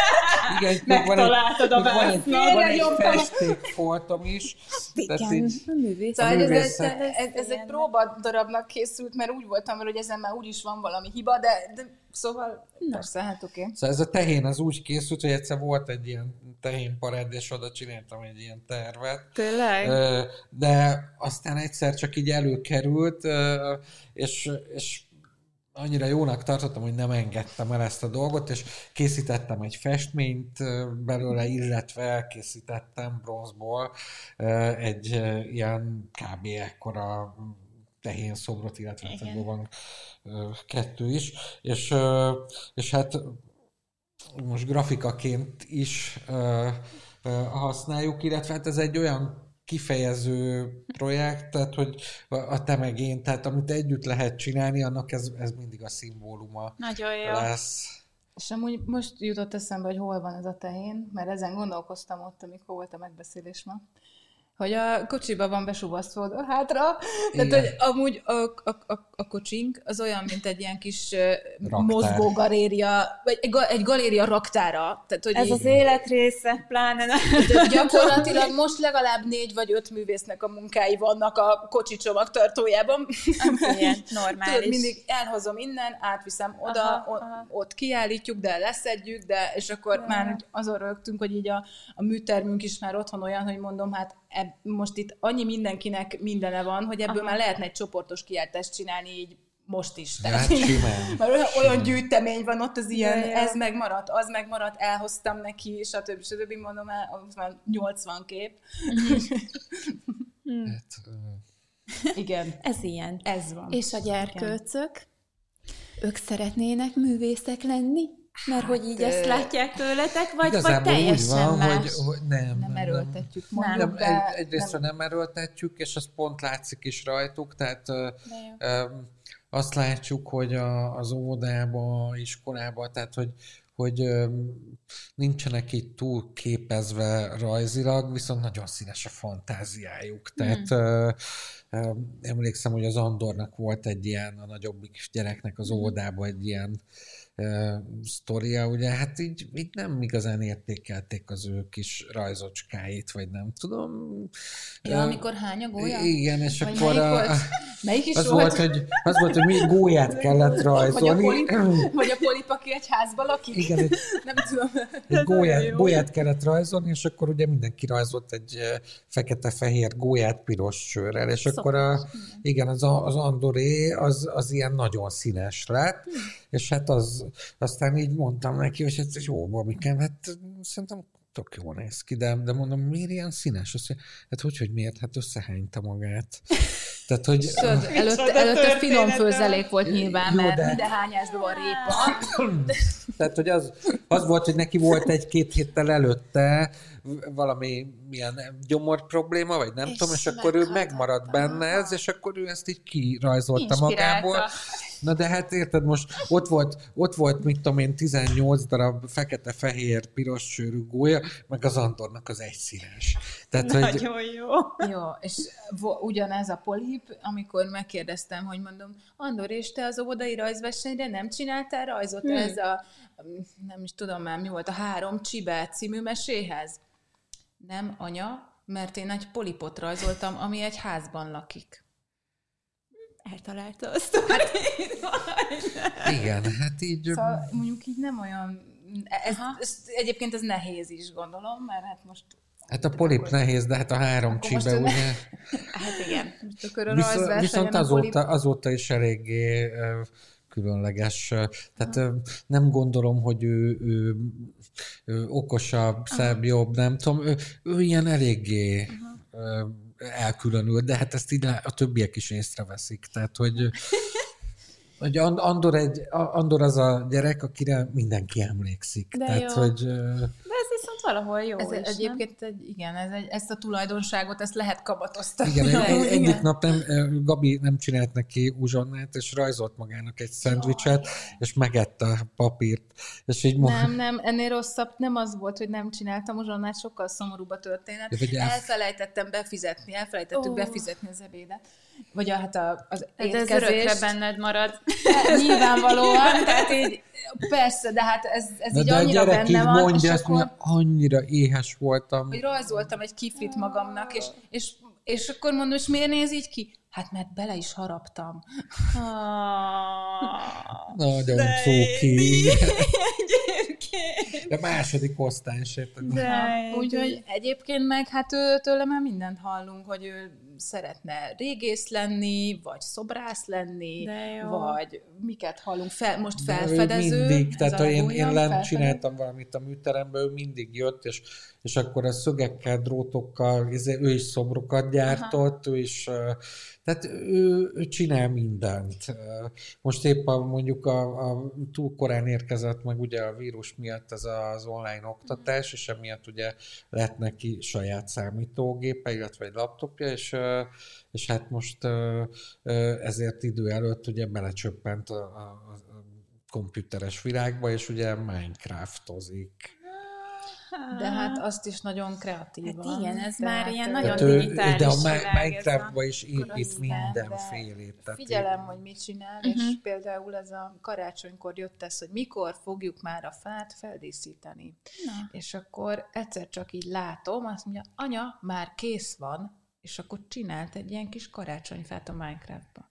Igen, megtaláltad a vásznak. Van egy festékfoltom is. Igen, így, a művész. Szóval ez, ez, ez, ez egy próba darabnak készült, mert úgy voltam vele, hogy ezen már úgyis van valami hiba, de, de szóval na. Persze, hát oké. Okay. Szóval ez a tehén az úgy készült, hogy egyszer volt egy ilyen tehénparád, és oda csináltam egy ilyen tervet. Tényleg? De aztán egyszer csak így előkerült, és, és annyira jónak tartottam, hogy nem engedtem el ezt a dolgot, és készítettem egy festményt belőle, illetve elkészítettem bronzból egy ilyen kb. Ekkora tehén szobrot, illetve ebből van kettő is, és, és hát most grafikaként is használjuk, illetve hát ez egy olyan kifejező projekt, tehát hogy a te meg én, tehát amit együtt lehet csinálni, annak ez, ez mindig a szimbóluma nagyon jó. lesz. És amúgy most jutott eszembe, hogy hol van ez a tehén, mert ezen gondolkoztam ott, amikor volt a megbeszélés ma, hogy a kocsiba van besuvasztva oda hátra, igen. Tehát hogy amúgy a, a, a, a kocsink az olyan, mint egy ilyen kis raktár. Mozgó galéria, vagy egy, egy galéria raktára. Tehát, hogy ez így, az élet része, pláne. Gyakorlatilag most legalább négy vagy öt művésznek a munkái vannak a kocsi csomagtartójában. Ilyen, normális. Tudod, mindig elhozom innen, átviszem oda, aha, o, aha. ott kiállítjuk, de leszedjük, de és akkor ja. már azon rögtünk, hogy így a, a műtermünk is már otthon olyan, hogy mondom, hát eb, most itt annyi mindenkinek mindene van, hogy ebből aha. már lehetne egy csoportos kiáltást csinálni így most is. Tehát, hát simán. Mert olyan, olyan gyűjtemény van ott az ilyen, ja, ja. ez megmaradt, az megmaradt, elhoztam neki, stb. stb. Mondom, ott van nyolcvan kép. hát, uh... igen. Ez ilyen. Ez van. És a gyerkőcök? Igen. Ők szeretnének művészek lenni? Mert hát, hogy így ezt látják tőletek, vagy, vagy teljesen van, más? Hogy, hogy nem, nem erőltetjük. Nem, nem, de egy, egyrészt nem. nem erőltetjük, és az pont látszik is rajtuk, tehát um, azt látjuk, hogy a, az óvodába, iskolába, tehát hogy, hogy um, nincsenek itt túl képezve rajzilag, viszont nagyon színes a fantáziájuk. Tehát hmm. uh, uh, emlékszem, hogy az Andornak volt egy ilyen, a nagyobbik gyereknek az óvodában egy ilyen Uh, sztoria, ugye, hát így, így nem igazán értékelték az ő kis rajzocskáit, vagy nem tudom. Ja, uh, amikor hány a gólya? Igen, és vagy akkor melyik a, volt? Melyik is az volt? volt, hogy, az volt, hogy mi gólyát kellett rajzolni. Vagy a, polip, vagy a polip, aki egy házba lakik? Igen, egy, nem tudom. Egy gólyát, gólyát kellett rajzolni, és akkor ugye mindenki rajzolt egy fekete-fehér gólyát piros sörrel, és Szokás, akkor a, igen, az, az Andoré az, az ilyen nagyon színes lett, hmm. és hát az aztán így mondtam neki, hogy ez jó, Babikám, hát szerintem tök jól néz ki, de, de mondom, miért ilyen színes? Azt mondja, hát hogy, hogy miért? Hát összehányta magát. Tehát, hogy... Szóval előtte, előtte finom főzelék volt nyilván, jó, mert de... minden hányásban van répa. Tehát, hogy az, az volt, hogy neki volt egy-két héttel előtte valami milyen gyomor probléma, vagy nem és tudom, és akkor ő megmaradt benne ez, és akkor ő ezt így kirajzolta magából. Na de hát érted, most ott volt, ott volt mit tudom én, tizennyolc darab fekete-fehér piros sörű gólya, meg az Andornak az egyszínes. Tehát, nagyon hogy... jó. Jó, és ugyanez a polip, amikor megkérdeztem, hogy mondom, Andor, és te az óvodai rajzversenyre nem csináltál rajzot? Hmm. Ez a, nem is tudom már mi volt, a Három Csibe című meséhez? Nem, anya, mert én egy polipot rajzoltam, ami egy házban lakik. Eltalálta a sztorit. Igen, hát így... Szóval mondjuk így nem olyan... Ez, ez, egyébként ez nehéz is, gondolom, mert hát most... Hát a polip akkor... nehéz, de hát a Három Csibe, ugye... Hát igen. Most akkor a Viszont, viszont azóta, azóta is eléggé uh, különleges. Tehát uh, nem gondolom, hogy ő, ő, ő okosabb, szebb, uh-huh. jobb, nem tudom. Ő, ő ilyen eléggé... Uh-huh. Uh, elkülönül, de hát ezt így a többiek is észreveszik. Tehát, hogy, hogy Andor, egy, Andor az a gyerek, akire mindenki emlékszik. De Tehát, jó. hogy, de ez viszont valahol jó ez is, egyébként egy, igen, ez egy, ezt a tulajdonságot, ezt lehet kamatoztatni. Igen, egy, egyik nap nem, Gabi nem csinált neki uzsonnát, és rajzolt magának egy szendvicset, és megette a papírt. És így nem, mo- nem, ennél rosszabb nem az volt, hogy nem csináltam uzsonnát, sokkal szomorúbb a történet. Ja, elf- elfelejtettem befizetni, elfelejtettük oh. befizetni az ebédet. Vagy a, hát a, az étkezést. Ez örökre benned marad. Nyilvánvalóan, tehát így Persze, de hát ez, ez így de annyira benne van, mondja, és azt akkor... mondja, annyira éhes voltam. Hogy rajzoltam egy kiflit magamnak, és, és, és akkor mondom, és miért néz így ki? Hát mert bele is haraptam. Nagyon cuki. De második osztályos, érted? Úgyhogy egyébként meg hát ő, tőle már mindent hallunk, hogy ő szeretne régész lenni, vagy szobrász lenni, vagy miket hallunk, fel, most felfedező. Mindig, tehát ha én, én lent csináltam valamit a műteremben, ő mindig jött, és, és akkor a szögekkel, drótokkal, ő is szobrokat gyártott, aha. ő is, tehát ő, ő csinál mindent. Most épp a, mondjuk a, a túl korán érkezett meg ugye a vírus miatt ez az online oktatás, és emiatt ugye lett neki saját számítógépe, illetve egy laptopja, és, és hát most ezért idő előtt ugye belecsöppent a, a, a komputeres világba, és ugye Minecraftozik. De hát azt is nagyon kreatívan. Hát igen, ez tehát, már ilyen nagyon digitális de a világ. Minecraftban is épít mindenfélét. Figyelem, hogy mit csinál, uh-huh. és például ez a karácsonykor jött ez, hogy mikor fogjuk már a fát feldíszíteni. Na. És akkor egyszer csak így látom, azt mondja, anya, már kész van, és akkor csinált egy ilyen kis karácsonyfát a Minecraftba.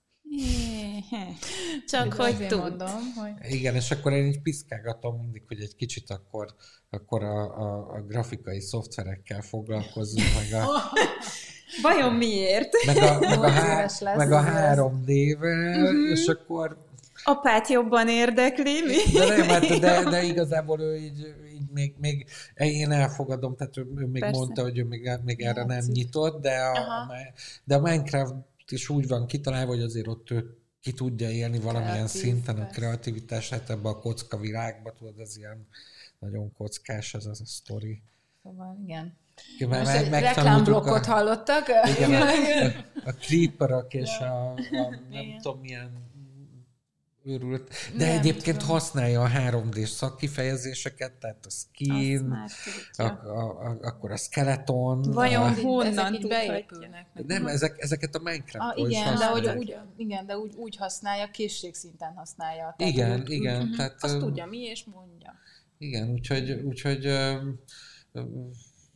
Csak de hogy tud. Mondom, hogy... Igen, és akkor én így piszkálgatom mindig, hogy egy kicsit akkor, akkor a, a, a grafikai szoftverekkel foglalkozzunk, meg a... Vajon miért? Meg a, meg a, há, meg a három dé-vel, uh-huh. és akkor... Apát jobban érdekli, mi? De, nem, hát, de, de igazából ő így, így még, még én elfogadom, tehát ő, ő még Persze. mondta, hogy ő még, még erre nem nyitott, de a, a, de a Minecraft is úgy van kitalálva, hogy azért ott ő ki tudja élni valamilyen Kreatív, szinten a kreativitását ebbe a kocka világba, tudod, ez ilyen nagyon kockás ez az a sztori. Szóval igen. Ja, most egy reklámblokkot a, hallottak? Igen, a, a, a creeperek és a, a nem tudom milyen őrült. De nem egyébként tudom. Használja a három dés szakkifejezéseket, tehát a skin, a, a, a, akkor a skeleton. Vajon a, honnan beépülnek? Nem, ezek, ezeket a Minecraft-ból ah, is igen, de használják. hogy úgy, igen, de úgy, úgy használja, készségszinten használja. Tehát igen, úgy, igen. Úgy, tehát, azt tudja mi, és mondja. Igen, úgyhogy... úgyhogy um, um,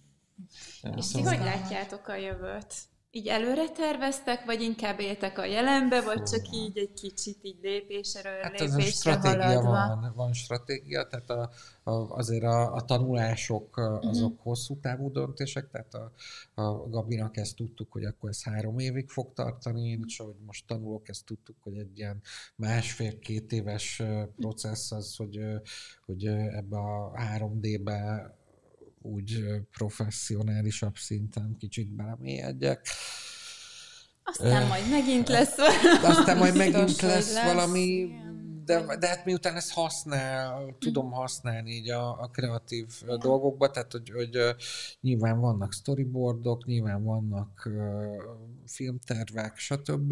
és ti hogy látjátok a jövőt? Így előre terveztek, vagy inkább éltek a jelenbe, vagy Fú. csak így egy kicsit így lépésről hát lépésre stratégia haladva? Van, van stratégia, tehát a, a, azért a, a tanulások azok uh-huh. hosszú távú döntések, tehát a, a Gabinak ezt tudtuk, hogy akkor ez három évig fog tartani, én is, ahogy most tanulok, ezt tudtuk, hogy egy ilyen másfél-két éves processz az, hogy, hogy ebbe a három dé-be úgy professzionálisabb szinten kicsit belemélyedjek. Aztán uh, majd megint lesz valami. Aztán majd megint lesz, lesz valami, de, de hát miután ezt használ, tudom használni így a, a kreatív ja. dolgokba, tehát hogy, hogy nyilván vannak storyboardok, nyilván vannak uh, filmtervek, stb.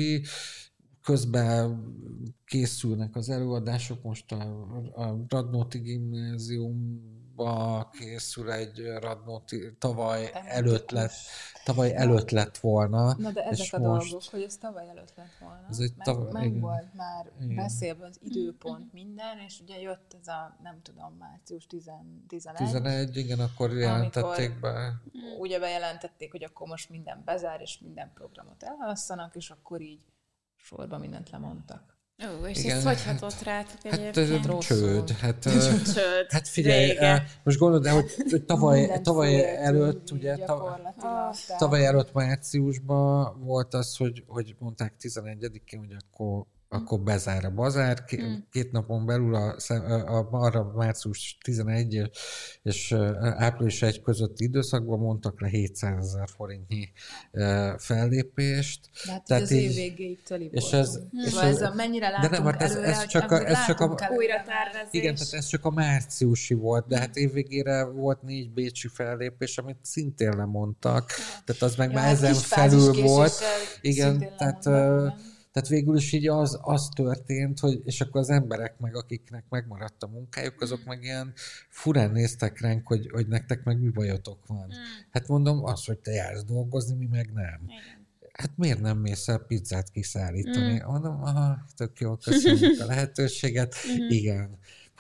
Közben készülnek az előadások, most a, a Radnóti Gimnáziumba készül egy Radnóti, tavaly előtt lett, tavaly előtt lett volna. Na de ezek a most... dolgok, hogy ez tavaly előtt lett volna. Ez egy tav... Meg, meg volt már igen. beszélve az időpont minden, és ugye jött ez a, nem tudom, március tizenegy. tizenegy, igen, akkor jelentették be. Ugye bejelentették, hogy akkor most minden bezár, és minden programot elhalasszanak, és akkor így sorban mindent lemondtak. Ó, és igen, ez hogy hatott rátok egyébként? Hát csőd. Hát, csőd. Hát figyelj, régen. Most gondolod, hogy, hogy tavaly, tavaly előtt, ugye, tavaly előtt márciusban volt az, hogy, hogy mondták tizenegyedikén, hogy akkor akkor bezár a bazár. Két, mm. két napon belül a, a, arra március tizenegy és április egy közötti időszakban mondtak le hétszázezer forintnyi fellépést. De hát tehát az így, év végéig teli és ez, mm. és ez, ez mennyire látunk de nem, hát ez, előre, ez csak a, ez csak a, újra tervezés. Igen, tehát ez csak a márciusi volt, de hát évvégére volt négy bécsi fellépés, amit szintén lemondtak. Tehát az meg ja, már ezen felül volt. Igen, tehát... Tehát végül is így az, az történt, hogy, és akkor az emberek meg, akiknek megmaradt a munkájuk, azok meg ilyen furán néztek ránk, hogy, hogy nektek meg mi bajotok van. Mm. Hát mondom, az, hogy te jársz dolgozni, mi meg nem. Igen. Hát miért nem mész el pizzát kiszállítani? Mm. Mondom, aha, tök jó, köszönjük a lehetőséget. Mm. Igen.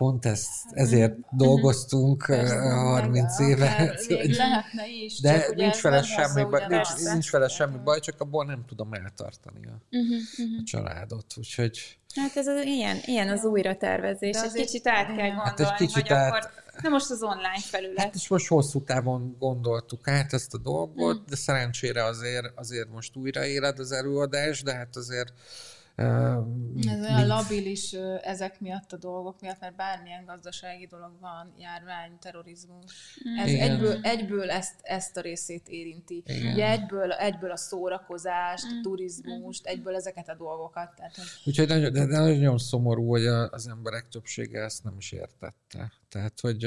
pont ezt, ezért dolgoztunk Persze, harminc meg, éve. akár még lehetne is. De csak nincs vele, semmi baj, nincs, ugyanaz. nincs vele semmi baj, csak abból nem tudom eltartani a, Uh-huh, uh-huh. a családot. Úgyhogy... Hát ez az, ilyen, ilyen az újratervezés. Egy kicsit át kell gondolni, hát egy kicsit hogy át... akkor... Na most az online felület. Hát és most hosszú távon gondoltuk át ezt a dolgot, mm. de szerencsére azért, azért most újraéled az előadás, de hát azért... Uh, Ez olyan mind... labilis ezek miatt a dolgok miatt, mert bármilyen gazdasági dolog van, járvány, terrorizmus, ez egyből, egyből ezt, ezt a részét érinti. Ugye egyből, egyből a szórakozást, a turizmust, egyből ezeket a dolgokat. Tehát, hogy... Úgyhogy nagyon, de nagyon szomorú, hogy az emberek többsége ezt nem is értette. Tehát, hogy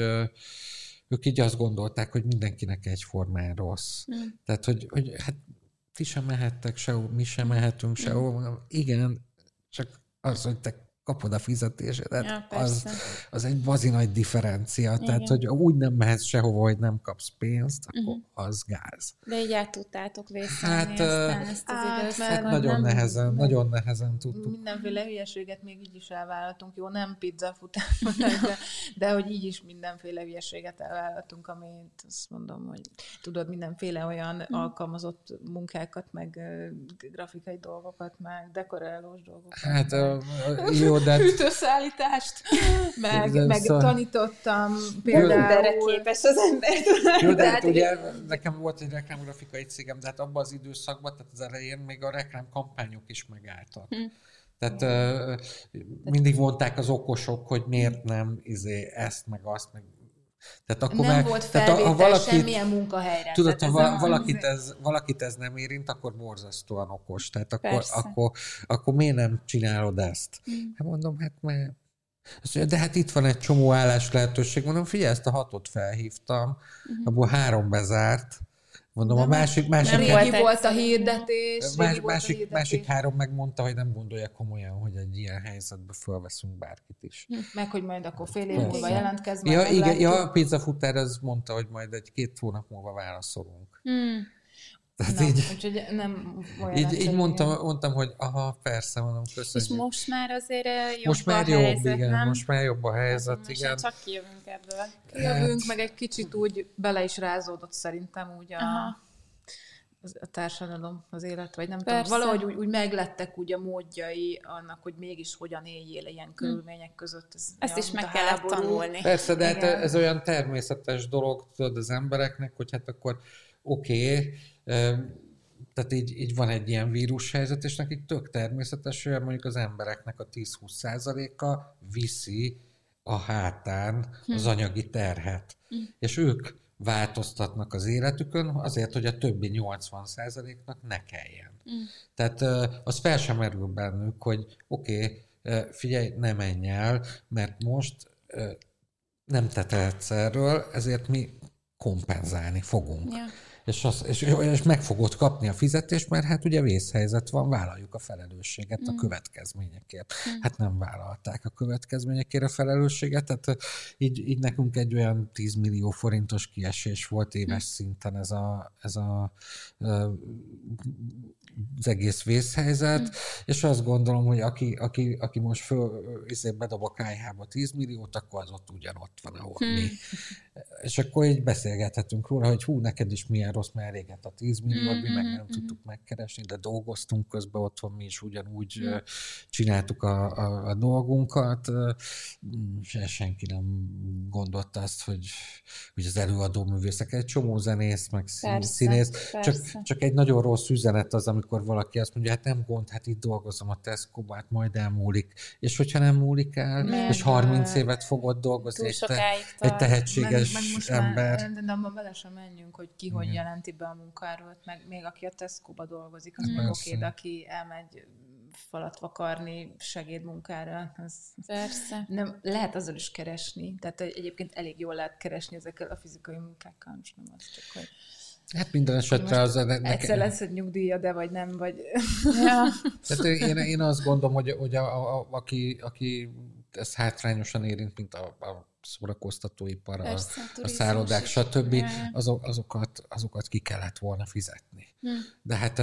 ők így azt gondolták, hogy mindenkinek egyformán rossz. Mm. Tehát, hogy, hogy hát ti sem mehettek sehol, mi sem mehetünk sehol. Igen, csak az, hogy te kapod a fizetésedet, ja, az, az egy bazi nagy differencia. Igen. Tehát, hogy úgy nem mehetsz sehova, hogy nem kapsz pénzt, akkor uh-huh. az gáz. De így át tudtátok vészelni hát, aztán ezt az át, időszakot. Nagyon nem, nehezen, nem, nagyon nehezen tudtuk. Mindenféle hülyeséget még így is elvállaltunk. Jó, nem pizzafutás, de, de hogy így is mindenféle hülyeséget elvállaltunk, amit azt mondom, hogy tudod, mindenféle olyan mm. alkalmazott munkákat, meg uh, grafikai dolgokat, meg dekorálós dolgokat. Hát uh, jó, de... Hűtőszállítást, meg, meg szóval... tanítottam például... Mindenre képes az ember. Jó, de hát ugye nekem volt egy reklámgrafikai cégem, de hát abban az időszakban, tehát az elején még a reklámkampányok is megálltak. Hm. Tehát uh, mindig mondták az okosok, hogy miért nem izé, ezt, meg azt, meg... Tehát akkor nem már, volt felvétel ha valakit, semmilyen munkahelyre. Tudod, ha va- valakit ez, valakit ez nem érint, akkor borzasztóan okos. Tehát akkor, akkor, akkor miért nem csinálod ezt? Mm. Hát mondom, hát mert... De hát itt van egy csomó állás lehetőség. Mondom, figyelj, ezt a hatot felhívtam, mm-hmm. abból három bezárt. Mondom, nem, a másik... másik régi hát, volt a hirdetés. Más, másik, a hirdetés. Másik három megmondta, hogy nem gondolja komolyan, hogy egy ilyen helyzetbe fölveszünk bárkit is. Meg, hogy majd akkor fél év múlva jelentkezz. Ja, igen, ja, a pizzafutár az mondta, hogy majd egy két hónap múlva válaszolunk. Hmm. Tehát Na, így, úgyhogy nem olyan így, így mondtam, mondtam, hogy aha, persze, mondom, köszönjük. És most már azért jobb most már a jobb, helyzet, igen, nem? most már jobb a helyzet, hát, igen. Csak kijövünk ebből. Kijövünk, hát... meg egy kicsit úgy bele is rázódott szerintem úgy a, a társadalom, az élet, vagy nem Persze. tudom, valahogy úgy, úgy meglettek úgy a módjai annak, hogy mégis hogyan éljél ilyen körülmények között. Ez Ezt olyan, is meg kellett tanulni. Persze, de hát ez olyan természetes dolog, tudod, az embereknek, hogy hát akkor oké, okay, tehát így, így van egy ilyen vírushelyzet, és nekik tök természetes, hogy mondjuk az embereknek a tíz-húsz százaléka viszi a hátán az anyagi terhet. Hm. És ők változtatnak az életükön azért, hogy a többi nyolcvan százaléknak ne kelljen. Hm. Tehát az fel sem merül bennük, hogy oké, okay, figyelj, ne menj el, mert most nem te tehetsz erről, ezért mi kompenzálni fogunk. Ja. És, az, és, és meg fogod kapni a fizetést, mert hát ugye vészhelyzet van, vállaljuk a felelősséget mm. a következményekért. Mm. Hát nem vállalták a következményekért a felelősséget, tehát így, így nekünk egy olyan tíz millió forintos kiesés volt éves mm. szinten ez a, ez a az egész vészhelyzet, mm. és azt gondolom, hogy aki, aki, aki most föl, bedob a kályhába tíz milliót, akkor az ott ugyanott van, ahol mm. mi. És akkor így beszélgethetünk róla, hogy hú, neked is milyen rossz, mert eléget a tíz milliót, mm-hmm. mi meg nem tudtuk megkeresni, de dolgoztunk közben otthon, mi is ugyanúgy mm. csináltuk a, a, a dolgunkat, és senki nem gondolta azt, hogy, hogy az előadó művészek egy csomó zenész, meg persze, színész, persze. Csak, csak egy nagyon rossz üzenet az, amikor valaki azt mondja, hát nem gond, hát itt dolgozom a Tesco-ba, hát majd elmúlik. És hogyha nem múlik el, meg, és harminc évet fogod dolgozni egy, te, egy tehetséges meg, meg most ember. Már, de abban bele sem menjünk, hogy ki hogy jelenti be a munkáról, meg még aki a Tesco-ba dolgozik, az meg oké, aki elmegy falat vakarni segédmunkára. Az Persze. Nem, lehet azzal is keresni, tehát egyébként elég jól lehet keresni ezekkel a fizikai munkákkal, most nem az csak, hogy hát minden esetre az... Egyszer nekem... lesz egy nyugdíja, de vagy nem, vagy... Ja. Tehát én, én azt gondolom, hogy, hogy a, a, a, aki, aki ez hátrányosan érint, mint a, a szórakoztatóipar, a, a is. szállodák, stb. Azok, azokat, azokat ki kellett volna fizetni. Hm. De hát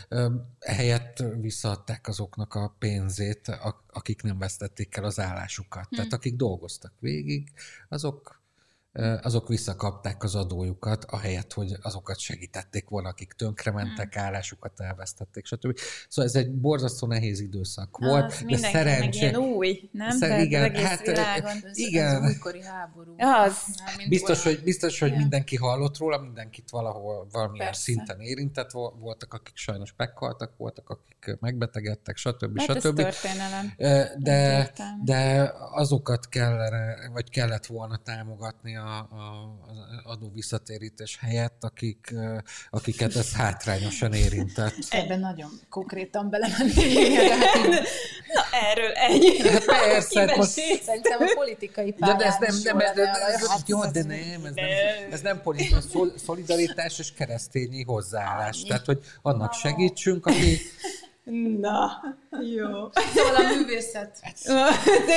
ehelyett visszaadták azoknak a pénzét, akik nem vesztették el az állásukat. Hm. Tehát akik dolgoztak végig, azok azok visszakapták az adójukat, ahelyett, hogy azokat segítették volna, akik tönkrementek, állásukat elvesztették, stb. Szóval ez egy borzasztó nehéz időszak volt. Az de szerencsé... meg ilyen új, nem? Szer- igen, az hát, világon. igen. Az újkori háború. Az. Biztos, hogy, biztos, hogy mindenki hallott róla, mindenkit valahol valamilyen Persze. szinten érintett, voltak, akik sajnos meghaltak, voltak, akik megbetegedtek, stb. Hát stb. Ez történelem. De, de azokat kellene, vagy kellett volna támogatni a az adó visszatérítés helyett, akik, akiket ez hátrányosan érintett. Ebben nagyon konkrétan belemennék. Na, erről egy. Hát persze. Most... Szerintem a politikai pályán de ez nem, is nem, ez, ez, ez, ez, jó, de nem, ez nem, ez nem politikai szolidaritás és keresztényi hozzáállás. Tehát, hogy annak segítsünk, aki Na, jó. Szóval a művészet. Szóval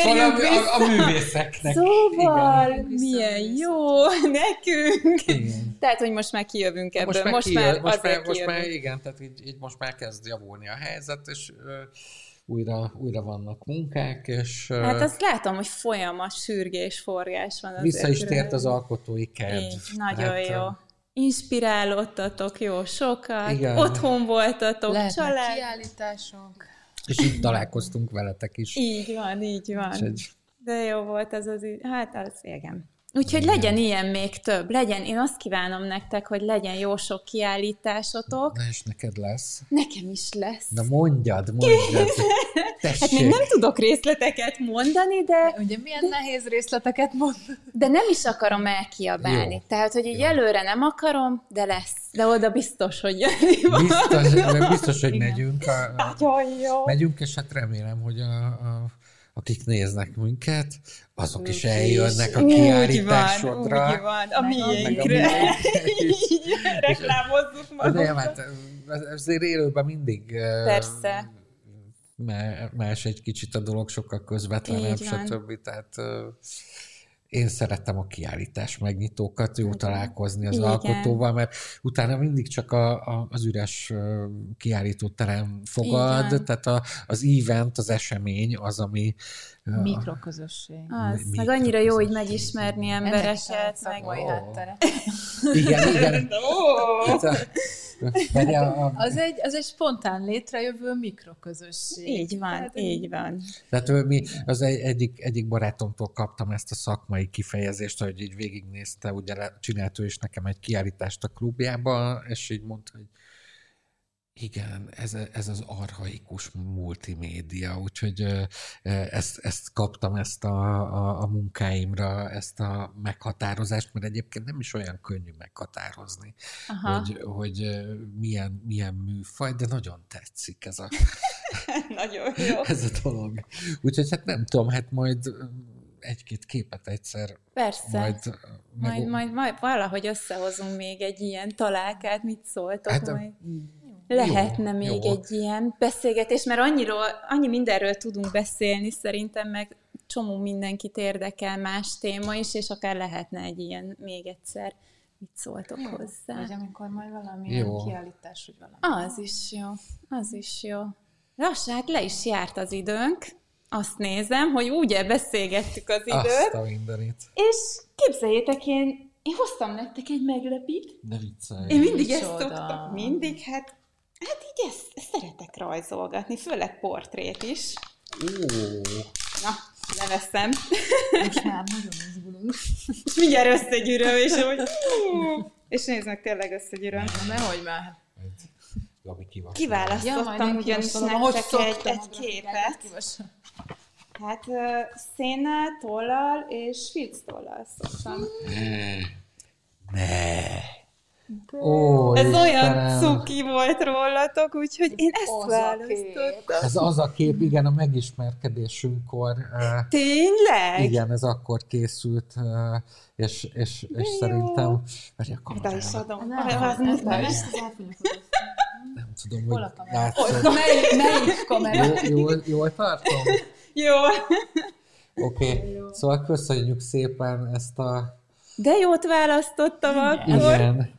a, a művészeknek. Szóval igen. Milyen jó nekünk. Igen. Tehát, hogy most már kijövünk ebből. Most már, most kijön, már, most már, most már igen, tehát így, így most már kezd javulni a helyzet, és uh, újra, újra vannak munkák, és... Uh, hát azt látom, hogy folyamat, sürgés, forgás van. Vissza is tért az alkotói kedv. Így, nagyon hát, jó. Inspirálódtatok jó sokat, igen. Otthon voltatok, lehetnek család. kiállítások. És így találkoztunk veletek is. Így van, így van. Egy... De jó volt ez az, hát az igen. Úgyhogy igen. Legyen ilyen még több, legyen, én azt kívánom nektek, hogy legyen jó sok kiállításotok. Na és neked lesz. Nekem is lesz. Na mondjad, mondjad. Hát még nem tudok részleteket mondani, de... Ugye milyen de, nehéz részleteket mondani. De nem is akarom elkiabálni. Jó. Tehát, hogy így jó. Előre nem akarom, de lesz. De oda biztos, hogy jönni van. Biztos, biztos hogy megyünk. A, a, Nagyon jó. Megyünk, és hát remélem, hogy a, a, akik néznek minket, azok is eljönnek a kiállításodra. Úgy van, úgy van. A miénkre. Így reklámozzuk magunkat. De hát azért élőben mindig... Persze. Más egy kicsit a dolog, sokkal közvetlenebb, stb. Tehát én szerettem a kiállítás megnyitókat, jó találkozni az Igen. alkotóval, mert utána mindig csak a, a, az üres kiállítóterem fogad, Igen. tehát a, az event, az esemény az, ami... Mikroközösség. Az, mikro meg annyira jó így megismerni embereket, meg... Ennek háttere. Igen, igen. Hát a, a, a, az, egy, az egy spontán létrejövő mikroközösség. Így van, tehát, így van. Tehát mi, az egy, egyik, egyik barátomtól kaptam ezt a szakmai kifejezést, hogy így végignézte, ugye csinált ő is nekem egy kiállítást a klubjában, és így mondta, hogy igen, ez, ez az archaikus multimédia, úgyhogy ezt, ezt kaptam ezt a, a, a munkáimra, ezt a meghatározást, mert egyébként nem is olyan könnyű meghatározni, hogy, hogy milyen, milyen műfaj, de nagyon tetszik ez a, nagyon jó. ez a dolog. Úgyhogy hát nem tudom, hát majd egy-két képet egyszer. Persze. Majd, meg... majd, majd, majd valahogy összehozunk még egy ilyen találkát, mit szóltok hát majd. A... Lehetne jó, még jó. egy ilyen beszélgetés, mert annyiról, annyi mindenről tudunk beszélni szerintem, meg csomó mindenkit érdekel más téma is, és akár lehetne egy ilyen még egyszer. Mit szóltok jó. hozzá? Vagy amikor majd valamilyen jó. kiállítás, hogy valami. Az is jó, az is jó. Lassan, hát le is járt az időnk. Azt nézem, hogy úgy beszélgettük az időt. Azt a mindenit. És képzeljétek, én, én hoztam nektek egy meglepít. De viccelj. Én mindig ezt szoktam. Mindig, hát Hát így ezt, ezt szeretek rajzolgatni, főleg portrét is. Ó. Na, leveszem. Most már nagyon izgulunk. És mindjárt összegyűröm, és hogy... És nézd meg, tényleg összegyűröm. Na, nehogy már. Kiválasztottam ja, ugyanis nektek egy, egy képet. Hát uh, szénnel, tollal és filc tollal szoktam. Ne. Ó, ez Istenem. Olyan cuki volt rólatok, úgyhogy én ezt az választottam. Ez az a kép, igen, a megismerkedésünkkor. Tényleg? Igen, ez akkor készült, és, és, és szerintem... Várj, a kamerára. is adom. Nem, ez nem is. Nem tudom, hogy látszol. Melyik kamera? Jól, jól, jól tartom? Jó. Oké, okay. Szóval köszönjük szépen ezt a... De jót választottam akkor. Igen.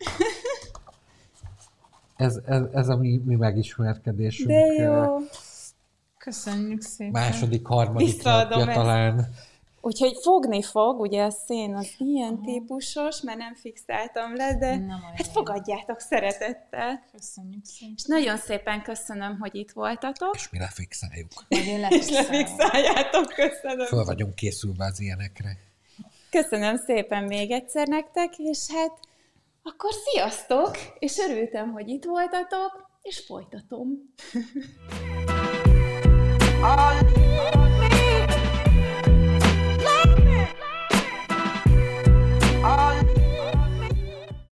Ez, ez, ez a mi, mi megismerkedésünk. De jó. Köszönjük szépen. Második, harmadik napja talán. Úgyhogy fogni fog, ugye a szén az ilyen uh-huh. típusos, mert nem fixáltam le, de nem hát fogadjátok szeretettel. Köszönjük szépen. És nagyon szépen köszönöm, hogy itt voltatok. És mi lefixáljuk. És lefixáljátok, köszönöm. Föl vagyunk készülve az ilyenekre. Köszönöm szépen még egyszer nektek, és hát akkor sziasztok, és örültem, hogy itt voltatok, és folytatom.